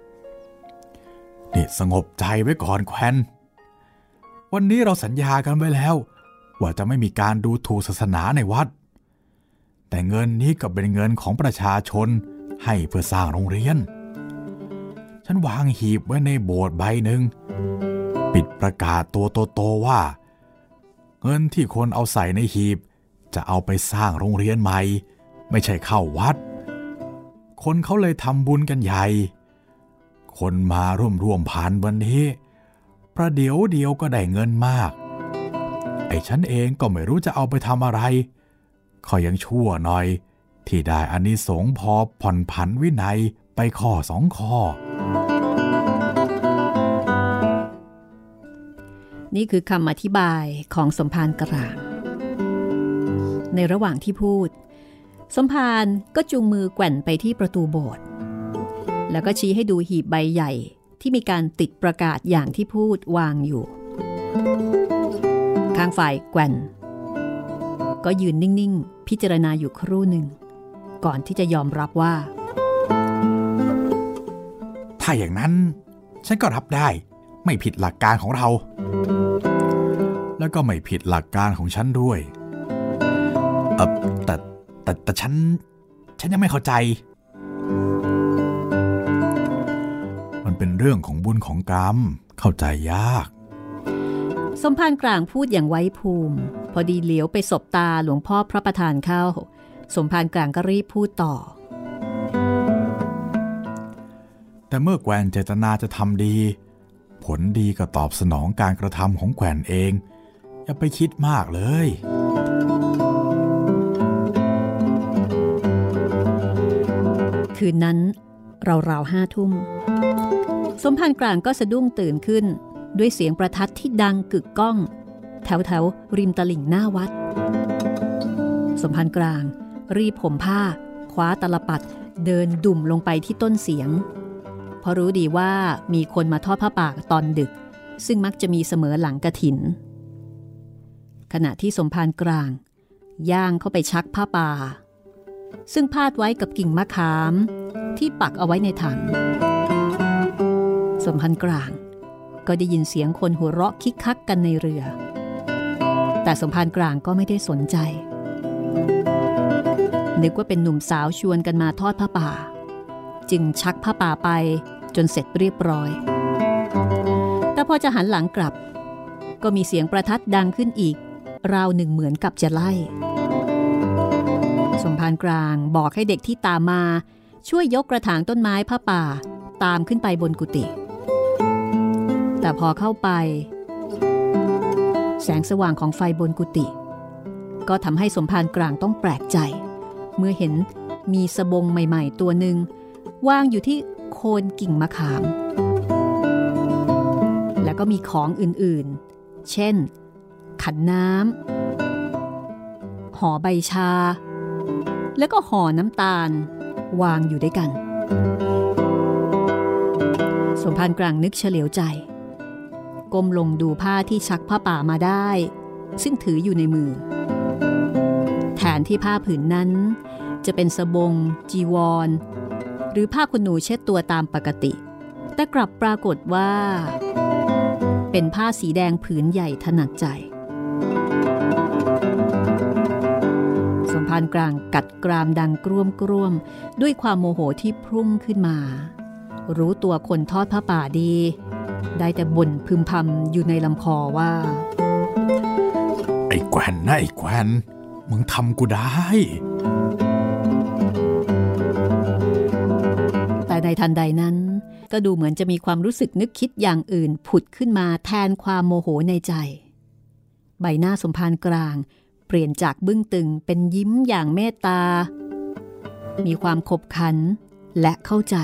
นี่สงบใจไว้ก่อนแควนวันนี้เราสัญญากันไว้แล้วว่าจะไม่มีการดูถูกศาสนาในวัดแต่เงินนี้ก็เป็นเงินของประชาชนให้เพื่อสร้างโรงเรียนฉันวางหีบไว้ในโบสถ์ใบหนึ่งปิดประกาศตัวโตๆว่าเงินที่คนเอาใส่ในหีบจะเอาไปสร้างโรงเรียนใหม่ไม่ใช่เข้าวัดคนเขาเลยทำบุญกันใหญ่คนมาร่วมพันวันนี้ประเดี๋ยวเดียวก็ได้เงินมากไอ้ฉันเองก็ไม่รู้จะเอาไปทำอะไรขอยังชั่วหน่อยที่ได้อานิสงส์พอผ่อนผันวินัยไปข้อ2 ข้อนี่คือคำอธิบายของสมภารกลางในระหว่างที่พูดสมภารก็จูงมือแกว่นไปที่ประตูโบสถ์แล้วก็ชี้ให้ดูหีบใบใหญ่ที่มีการติดประกาศอย่างที่พูดวางอยู่ข้างฝ่ายแกว่นก็ยืนนิ่งๆพิจารณาอยู่ครู่หนึ่งก่อนที่จะยอมรับว่าถ้าอย่างนั้นฉันก็รับได้ไม่ผิดหลักการของเราแล้วก็ไม่ผิดหลักการของฉันด้วยแต่ฉันยังไม่เข้าใจมันเป็นเรื่องของบุญของกรรมเข้าใจยากสมภารกลางพูดอย่างไว้ภูมิพอดีเหลียวไปสบตาหลวงพ่อพระประธานเข้าสมภารกลางก็รีบพูดต่อแต่เมื่อแกวนเจตนาจะทำดีผลดีก็ตอบสนองการกระทำของแกวนเองอย่าไปคิดมากเลยคืนนั้นราวๆ5 ทุ่มสมภารกลางก็สะดุ้งตื่นขึ้นด้วยเสียงประทัดที่ดังกึกก้องแถวริมตลิ่งหน้าวัดสมภารกลางรีบห่มผ้าคว้าตลปัดเดินดุ่มลงไปที่ต้นเสียงเพราะรู้ดีว่ามีคนมาทอดผ้าป่าตอนดึกซึ่งมักจะมีเสมอหลังกฐินขณะที่สมภารกลางย่างเข้าไปชักผ้าป่าซึ่งพาดไว้กับกิ่งมะขามที่ปักเอาไว้ในถังสมภารกลางก็ได้ยินเสียงคนหัวเราะคิกคักกันในเรือแต่สมภารกลางก็ไม่ได้สนใจนึกว่าเป็นหนุ่มสาวชวนกันมาทอดผ้าป่าจึงชักผ้าป่าไปจนเสร็จเรียบร้อยแต่พอจะหันหลังกลับก็มีเสียงประทัดดังขึ้นอีกราวหนึ่งเหมือนกับจะไล่สมภารกลางบอกให้เด็กที่ตามมาช่วยยกกระถางต้นไม้ผ้าป่าตามขึ้นไปบนกุฏิแต่พอเข้าไปแสงสว่างของไฟบนกุฏิก็ทำให้สมภารกลางต้องแปลกใจเมื่อเห็นมีสบงใหม่ๆตัวหนึ่งวางอยู่ที่โคนกิ่งมะขามแล้วก็มีของอื่นๆเช่นขันน้ำห่อใบชาแล้วก็ห่อน้ำตาลวางอยู่ด้วยกันสมภารกลางนึกเฉลียวใจก้มลงดูผ้าที่ชักผ้าป่ามาได้ซึ่งถืออยู่ในมือแทนที่ผ้าผืนนั้นจะเป็นสบงจีวรหรือผ้าขนหนูเช็ดตัวตามปกติแต่กลับปรากฏว่าเป็นผ้าสีแดงผืนใหญ่ถนัดใจสมภารกลางกัดกรามดังกร่วมด้วยความโมโหที่พุ่งขึ้นมารู้ตัวคนทอดผ้าป่าดีได้แต่บ่นพึมพำอยู่ในลำคอว่าไอ้แกวนนะไอ้แกวนมึงทำกูได้แต่ในทันใดนั้นก็ดูเหมือนจะมีความรู้สึกนึกคิดอย่างอื่นผุดขึ้นมาแทนความโมโหในใจใบหน้าสมภารกลางเปลี่ยนจากบึ้งตึงเป็นยิ้มอย่างเมตตามีความขบขันและเข้าใจ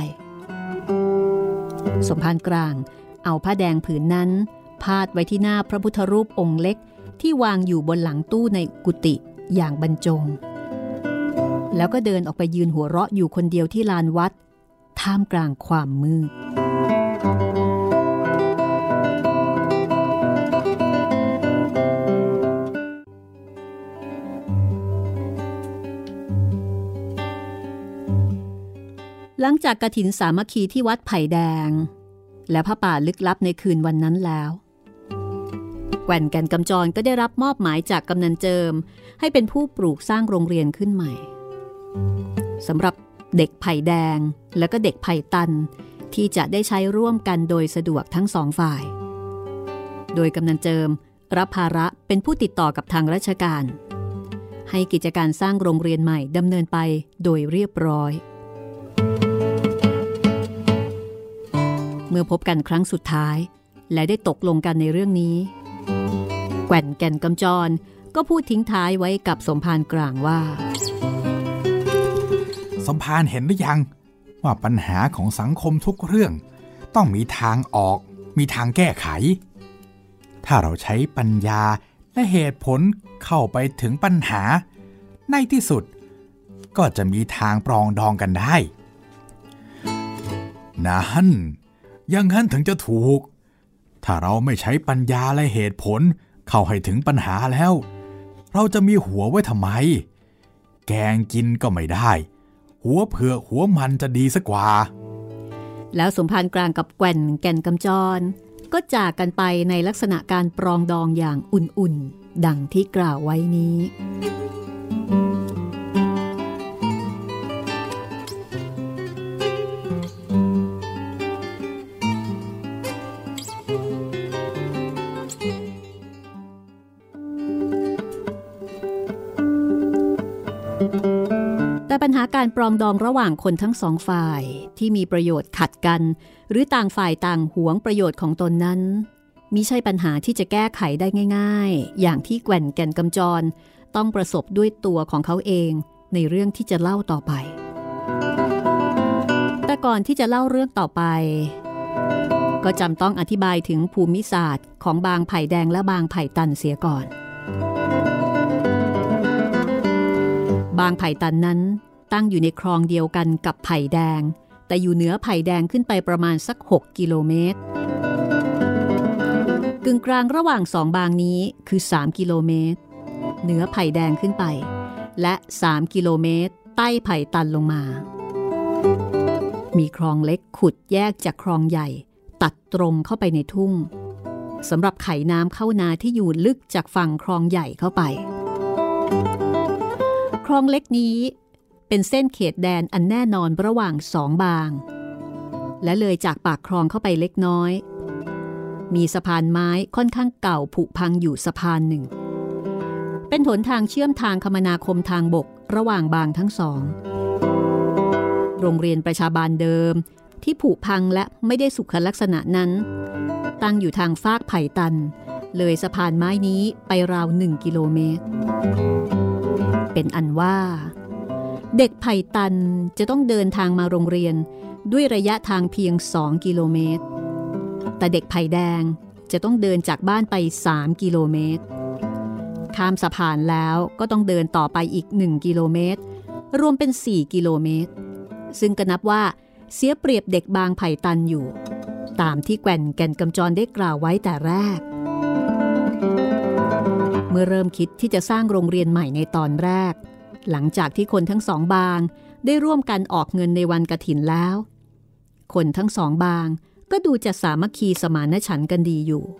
สมภารกลางเอาผ้าแดงผืนนั้นพาดไว้ที่หน้าพระพุทธรูปองค์เล็กที่วางอยู่บนหลังตู้ในกุฏิอย่างบรรจงแล้วก็เดินออกไปยืนหัวเราะอยู่คนเดียวที่ลานวัดท่ามกลางความมืดหลังจากกฐินสามัคคีที่วัดไผ่แดงและผ้าป่าลึกลับในคืนวันนั้นแล้วแก่นแก่นกำจรก็ได้รับมอบหมายจากกำนันเจิมให้เป็นผู้ปลูกสร้างโรงเรียนขึ้นใหม่สำหรับเด็กไผ่แดงและก็เด็กไผ่ตันที่จะได้ใช้ร่วมกันโดยสะดวกทั้งสองฝ่ายโดยกำนันเจิมรับภาระเป็นผู้ติดต่อกับทางราชการให้กิจการสร้างโรงเรียนใหม่ดำเนินไปโดยเรียบร้อยเมื่อพบกันครั้งสุดท้ายและได้ตกลงกันในเรื่องนี้แก่นแก่นกำจรก็พูดทิ้งท้ายไว้กับสมภารกลางว่าสมภารเห็นหรือยังว่าปัญหาของสังคมทุกเรื่องต้องมีทางออกมีทางแก้ไขถ้าเราใช้ปัญญาและเหตุผลเข้าไปถึงปัญหาในที่สุดก็จะมีทางปรองดองกันได้นั่นอย่างนั้นถึงจะถูกถ้าเราไม่ใช้ปัญญาและเหตุผลเข้าให้ถึงปัญหาแล้วเราจะมีหัวไว้ทำไมแกงกินก็ไม่ได้หัวเผือกหัวมันจะดีสักกว่าแล้วสมภารกลางกับแก่นแก่นกำจรก็จากกันไปในลักษณะการปรองดองอย่างอุ่นๆดังที่กล่าวไว้นี้ แต่ปัญหาการปรองดองระหว่างคนทั้งสองฝ่ายที่มีประโยชน์ขัดกันหรือต่างฝ่ายต่างหวงประโยชน์ของตนนั้นมิใช่ปัญหาที่จะแก้ไขได้ง่ายๆอย่างที่แก่นแก่นกำจรต้องประสบด้วยตัวของเขาเองในเรื่องที่จะเล่าต่อไปแต่ก่อนที่จะเล่าเรื่องต่อไปก็จำต้องอธิบายถึงภูมิศาสตร์ของบางไผ่แดงและบางไผ่ตันเสียก่อนบางไผ่ตันนั้นตั้งอยู่ในคลองเดียวกันกับไผ่แดงแต่อยู่เหนือไผ่แดงขึ้นไปประมาณสัก6 กิโลเมตรกึ่งกลางระหว่าง2บางนี้คือ3 กิโลเมตรเหนือไผ่แดงขึ้นไปและ3 กิโลเมตรใต้ไผ่ตันลงมามีคลองเล็กขุดแยกจากคลองใหญ่ตัดตรงเข้าไปในทุ่งสำหรับไขน้ำเข้านาที่อยู่ลึกจากฝั่งคลองใหญ่เข้าไปคลองเล็กนี้เป็นเส้นเขตแดนอันแน่นอนระหว่าง2บางและเลยจากปากคลองเข้าไปเล็กน้อยมีสะพานไม้ค่อนข้างเก่าผุพังอยู่สะพานหนึ่งเป็นหนทางเชื่อมทางคมนาคมทางบกระหว่างบางทั้งสองโรงเรียนประชาบาลเดิมที่ผุพังและไม่ได้สุขลักษณะนั้นตั้งอยู่ทางฟากไผ่ตันเลยสะพานไม้นี้ไปราว1 กิโลเมตรเป็นอันว่าเด็กไผ่ตันจะต้องเดินทางมาโรงเรียนด้วยระยะทางเพียง2 กิโลเมตรแต่เด็กไผ่แดงจะต้องเดินจากบ้านไป3 กิโลเมตรข้ามสะพานแล้วก็ต้องเดินต่อไปอีก1 กิโลเมตรรวมเป็น4 กิโลเมตรซึ่งก็นับว่าเสียเปรียบเด็กบางไผ่ตันอยู่ตามที่แก่นกำจรได้กล่าวไว้แต่แรกเมื่อเริ่มคิดที่จะสร้างโรงเรียนใหม่ในตอนแรกหลังจากที่คนทั้ง2บางได้ร่วมกันออกเงินในวันกฐินแล้วคนทั้ง2บางก็ดูจะสามัคคีสมานฉันท์กันดีอยู่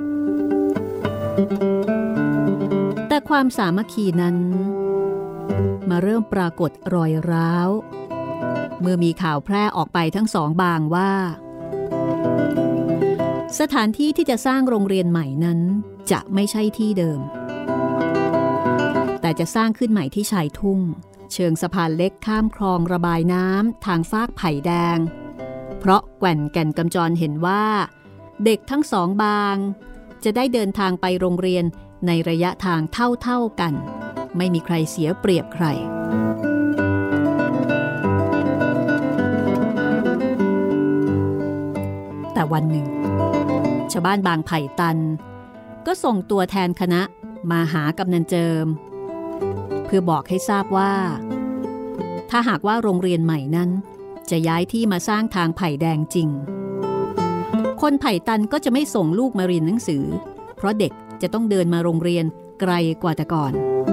แต่ความสามัคคีนั้นมาเริ่มปรากฏรอยร้าวเมื่อมีข่าวแพร่ออกไปทั้ง2บางว่าสถานที่ที่จะสร้างโรงเรียนใหม่นั้นจะไม่ใช่ที่เดิมแต่จะสร้างขึ้นใหม่ที่ชายทุ่งเชิงสะพานเล็กข้ามคลองระบายน้ำทางฟากไผ่แดงเพราะแก่นกำจรเห็นว่าเด็กทั้ง2บางจะได้เดินทางไปโรงเรียนในระยะทางเท่ากันไม่มีใครเสียเปรียบใครแต่วันหนึ่งชาวบ้านบางไผ่ตันก็ส่งตัวแทนคณะมาหากำนันเจิมเพื่อบอกให้ทราบว่าถ้าหากว่าโรงเรียนใหม่นั้นจะย้ายที่มาสร้างทางไผ่แดงจริงคนไผ่ตันก็จะไม่ส่งลูกมาเรียนหนังสือเพราะเด็กจะต้องเดินมาโรงเรียนไกลกว่าแต่ก่อน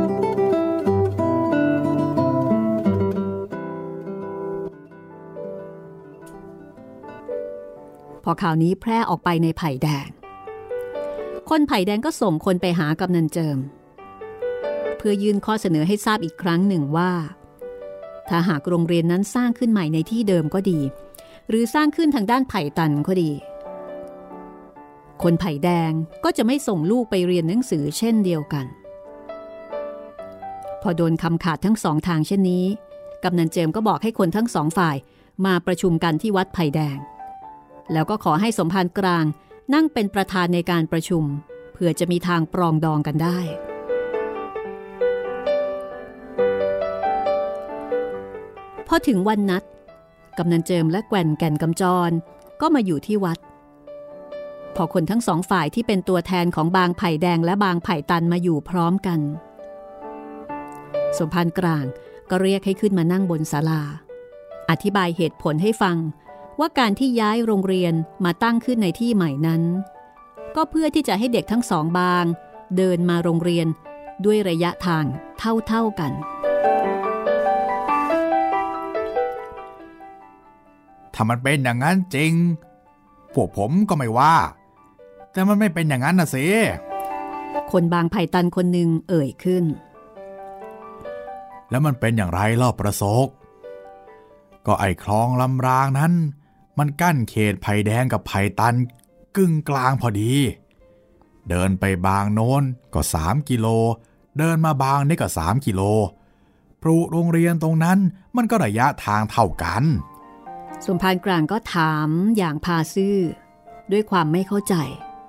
พอข่าวนี้แพร่ออกไปในไผ่แดงคนไผ่แดงก็ส่งคนไปหากำนันเจิมเพื่อยื่นข้อเสนอให้ทราบอีกครั้งหนึ่งว่าถ้าหากโรงเรียนนั้นสร้างขึ้นใหม่ในที่เดิมก็ดีหรือสร้างขึ้นทางด้านไผ่ตันก็ดีคนไผ่แดงก็จะไม่ส่งลูกไปเรียนหนังสือเช่นเดียวกันพอโดนคำขาดทั้ง2ทางเช่นนี้กำนันเจิมก็บอกให้คนทั้ง2ฝ่ายมาประชุมกันที่วัดไผ่แดงแล้วก็ขอให้สมภารกลางนั่งเป็นประธานในการประชุมเพื่อจะมีทางปรองดองกันได้พอถึงวันนัดกำนันเจิมและแก่นกำจรก็มาอยู่ที่วัดพอคนทั้ง2ฝ่ายที่เป็นตัวแทนของบางไผ่แดงและบางไผ่ตันมาอยู่พร้อมกันสมภารกลางก็เรียกให้ขึ้นมานั่งบนศาลาอธิบายเหตุผลให้ฟังว่าการที่ย้ายโรงเรียนมาตั้งขึ้นในที่ใหม่นั้นก็เพื่อที่จะให้เด็กทั้ง2บางเดินมาโรงเรียนด้วยระยะทางเท่ากันถ้ามันเป็นอย่างนั้นจริงพวกผมก็ไม่ว่าแต่มันไม่เป็นอย่างนั้นนะสิคนบางไผ่ตันคนหนึ่งเอ่ยขึ้นแล้วมันเป็นอย่างไรล่ะประสบก็ไอ้คลองลำรางนั้นมันกั้นเขตไผ่แดงกับไผ่ตันกึ่งกลางพอดีเดินไปบางโน้นก็3 กิโลเดินมาบางนี่ก็3 กิโลปลูกโรงเรียนตรงนั้นมันก็ระยะทางเท่ากันสมภารกลางก็ถามอย่างพาซื่อด้วยความไม่เข้าใจ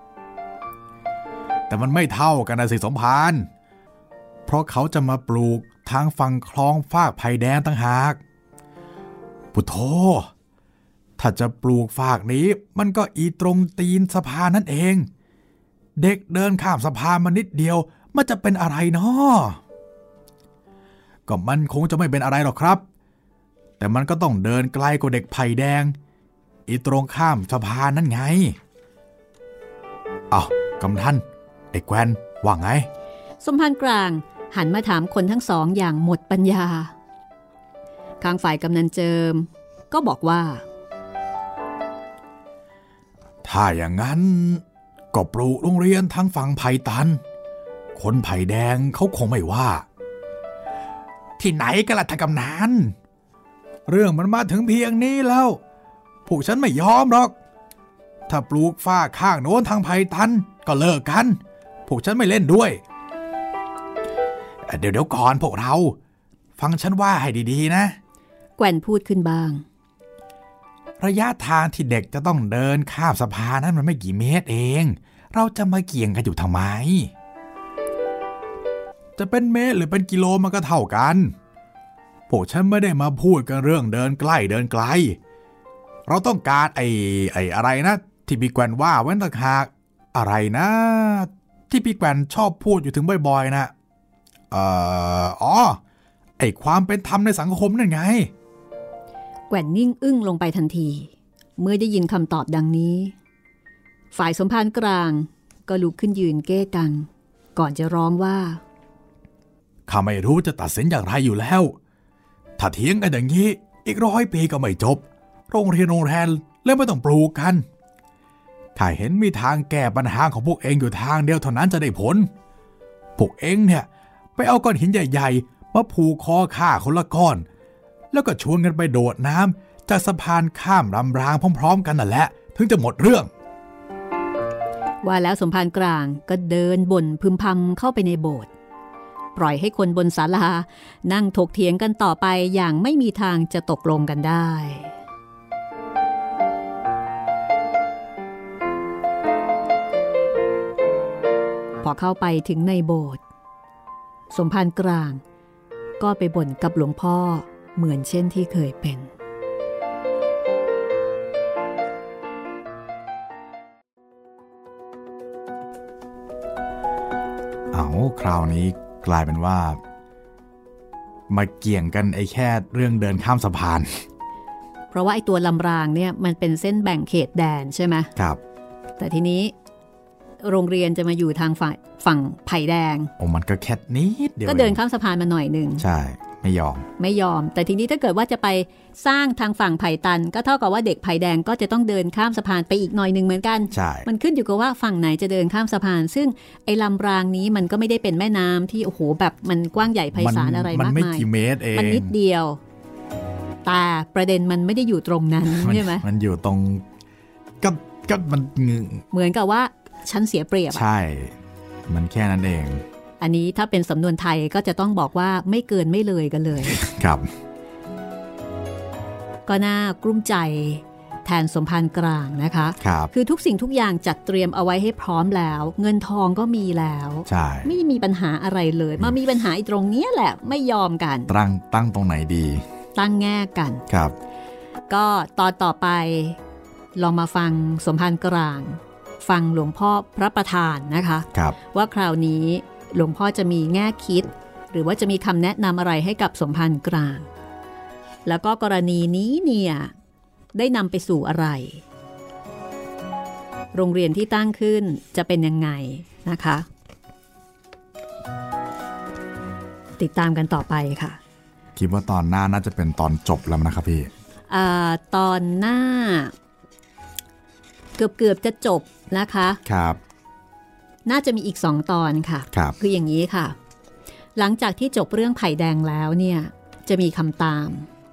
แต่มันไม่เท่ากันนะสิสมภารเพราะเขาจะมาปลูกทางฝั่งคลองฟากไผ่แดงต่างหากปุโธถ้าจะปลูกฝากนี้มันก็อีตรงตีนสะพานนั่นเองเด็กเดินข้ามสะพานมานิดเดียวมันจะเป็นอะไรเนาะก็มันคงจะไม่เป็นอะไรหรอกครับแต่มันก็ต้องเดินไกลกว่าเด็กไผ่แดงอีตรงข้ามสะพานนั่นไงกำนันไอ้แกวนว่าไงสมภารกลางหันมาถามคนทั้งสองอย่างหมดปัญญาข้างฝ่ายกำนันเจิมก็บอกว่าถ้าอย่างนั้นก็ปลูกโรงเรียนทั้งฝั่งไผ่ตันคนไผ่แดงเขาคงไม่ว่าที่ไหนกันล่ะท่านกำนันเรื่องมันมาถึงเพียงนี้แล้วพวกฉันไม่ยอมหรอกถ้าปลูกฝ้าข้างโน้นทางไผ่ตันก็เลิกกันพวกฉันไม่เล่นด้วยเดี๋ยวก่อนพวกเราฟังฉันว่าให้ดีๆนะแกว่นพูดขึ้นบ้างระยะทางที่เด็กจะต้องเดินข้ามสะพานนั้นมันไม่กี่เมตรเองเราจะมาเกี่ยงกันอยู่ทำไมจะเป็นเมตรหรือเป็นกิโลมันก็เท่ากันพวกฉันไม่ได้มาพูดกันเรื่องเดินใกล้เดินไกลเราต้องการไอ้อะไรนะที่พี่แกว่นว่าไว้ต่างหากอะไรนะที่พี่แกว่นชอบพูดอยู่ถึงบ่อยๆนะไอ้ความเป็นธรรมในสังคมนั่นไงแกว่นนิ่งอึ้งลงไปทันทีเมื่อได้ยินคำตอบดังนี้ฝ่ายสมภารกลางก็ลุกขึ้นยืนเก้กังก่อนจะร้องว่าข้าไม่รู้จะตัดสินอย่างไรอยู่แล้วถ้าเถียงกันอย่างนี้อีก100 ปีก็ไม่จบโรงเรียนแล้วไม่ต้องปลูกกันถ้าเห็นมีทางแก้ปัญหาของพวกเองอยู่ทางเดียวเท่านั้นจะได้ผลพวกเองเนี่ยไปเอาก้อนหินใหญ่ๆมาผูกคอข้าคนละก้อนแล้วก็ชวนกันไปโดดน้ำจากสะพานข้ามลำรางพร้อมๆกันนั่นแหละถึงจะหมดเรื่องว่าแล้วสมภารกลางก็เดินบ่นพึมพำเข้าไปในโบสถ์ปล่อยให้คนบนศาลานั่งถกเถียงกันต่อไปอย่างไม่มีทางจะตกลงกันได้พอเข้าไปถึงในโบสถ์สมภารกลางก็ไปบ่นกับหลวงพ่อเหมือนเช่นที่เคยเป็นคราวนี้กลายเป็นว่ามาเกี่ยงกันไอ้แค่เรื่องเดินข้ามสะพานเพราะว่าไอ้ตัวลำรางเนี่ยมันเป็นเส้นแบ่งเขตแดนใช่ไหมครับแต่ทีนี้โรงเรียนจะมาอยู่ทางฝั่งไผ่แดงมันก็แค่นิดเดียวก็เดินข้ามสะพานมาหน่อยนึงใช่ไม่ยอมแต่ทีนี้ถ้าเกิดว่าจะไปสร้างทางฝั่งไผ่ตันก็เท่ากับว่าเด็กไผ่แดงก็จะต้องเดินข้ามสะพานไปอีกหน่อยนึงเหมือนกันใช่มันขึ้นอยู่กับว่าฝั่งไหนจะเดินข้ามสะพานซึ่งไอ้ลำรางนี้มันก็ไม่ได้เป็นแม่น้ำที่โอ้โหแบบมันกว้างใหญ่ไพศาลอะไรมากมายมันไม่กี่เมตรเองมันนิดเดียวแต่ประเด็นมันไม่ได้อยู่ตรงนั้นใช่ไหมมันอยู่ตรงก็มันเหมือนกับว่าฉันเสียเปรียบใช่มันแค่นั้นเองอันนี้ถ้าเป็นสำนวนไทยก็จะต้องบอกว่าไม่เกินไม่เลยกันเลยครับก็น่ากลุ้มใจแทนสมภารกลางนะคะคือทุกสิ่งทุกอย่างจัดเตรียมเอาไว้ให้พร้อมแล้วเงินทองก็มีแล้วไม่มีปัญหาอะไรเลยมามีปัญหาอีตรงนี้แหละไม่ยอมกันตั้งตรงไหนดีตั้งแง่กันครับก็ตอนต่อไปลองมาฟังสมภารกลางฟังหลวงพ่อพระประธานนะคะว่าคราวนี้หลวงพ่อจะมีแง่คิดหรือว่าจะมีคำแนะนำอะไรให้กับสมภารกลางแล้วก็กรณีนี้เนี่ยได้นำไปสู่อะไรโรงเรียนที่ตั้งขึ้นจะเป็นยังไงนะคะติดตามกันต่อไปค่ะคิดว่าตอนหน้าน่าจะเป็นตอนจบแล้วนะครับพี่ตอนหน้าเกือบจะจบนะคะครับน่าจะมีอีก2ตอนค่ะคืออย่างนี้ค่ะหลังจากที่จบเรื่องไผ่แดงแล้วเนี่ยจะมีคำตาม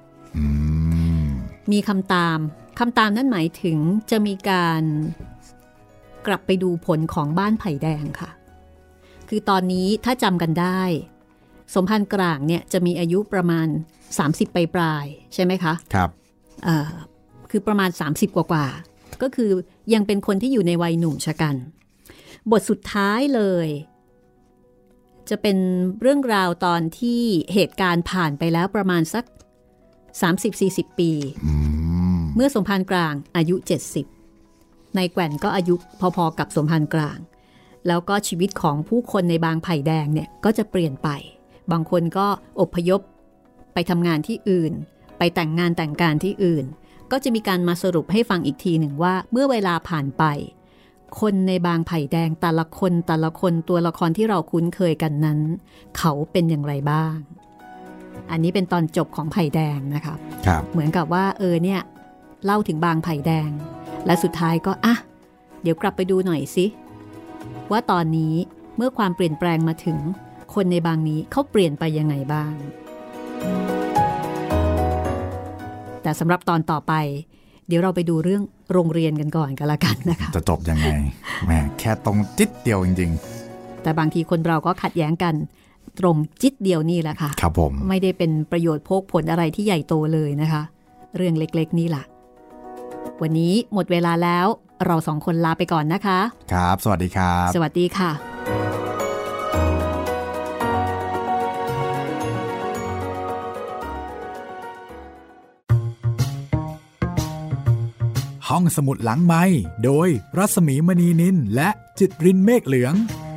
มีคำตามนั่นหมายถึงจะมีการกลับไปดูผลของบ้านไผ่แดงค่ะคือตอนนี้ถ้าจำกันได้สมภารกลางเนี่ยจะมีอายุประมาณ30ปลายใช่ไหมคะครับคือประมาณ30กว่าก็คือยังเป็นคนที่อยู่ในวัยหนุ่มชะกันบทสุดท้ายเลยจะเป็นเรื่องราวตอนที่เหตุการณ์ผ่านไปแล้วประมาณสัก 30-40 ปีเมื่อสมภารกลางอายุ70นายแกว่นก็อายุพอๆกับสมภารกลางแล้วก็ชีวิตของผู้คนในบางไผ่แดงเนี่ยก็จะเปลี่ยนไปบางคนก็อพยพไปทำงานที่อื่นไปแต่งงานแต่งการที่อื่นก็จะมีการมาสรุปให้ฟังอีกทีหนึ่งว่าเมื่อเวลาผ่านไปคนในบางไผ่แดงแต่ละคนตัวละครที่เราคุ้นเคยกันนั้นเขาเป็นอย่างไรบ้างอันนี้เป็นตอนจบของไผ่แดงนะคะเหมือนกับว่าเนี่ยเล่าถึงบางไผ่แดงและสุดท้ายก็เดี๋ยวกลับไปดูหน่อยสิว่าตอนนี้เมื่อความเปลี่ยนแปลงมาถึงคนในบางนี้เขาเปลี่ยนไปยังไงบ้างแต่สำหรับตอนต่อไปเดี๋ยวเราไปดูเรื่องโรงเรียนกันก่อนกันละกันนะคะจะจบยังไงแม่แค่ตรงจิ๊ดเดียวจริงๆแต่บางทีคนเราก็ขัดแย้งกันตรงจิ๊ดเดียวนี่แหละค่ะครับผมไม่ได้เป็นประโยชน์โภคผลอะไรที่ใหญ่โตเลยนะคะเรื่องเล็กๆนี่แหละวันนี้หมดเวลาแล้วเราสองคนลาไปก่อนนะคะครับสวัสดีครับสวัสดีค่ะห้องสมุดหลังไมค์โดยรัศมีมณีนินและจิตรินเมฆเหลือง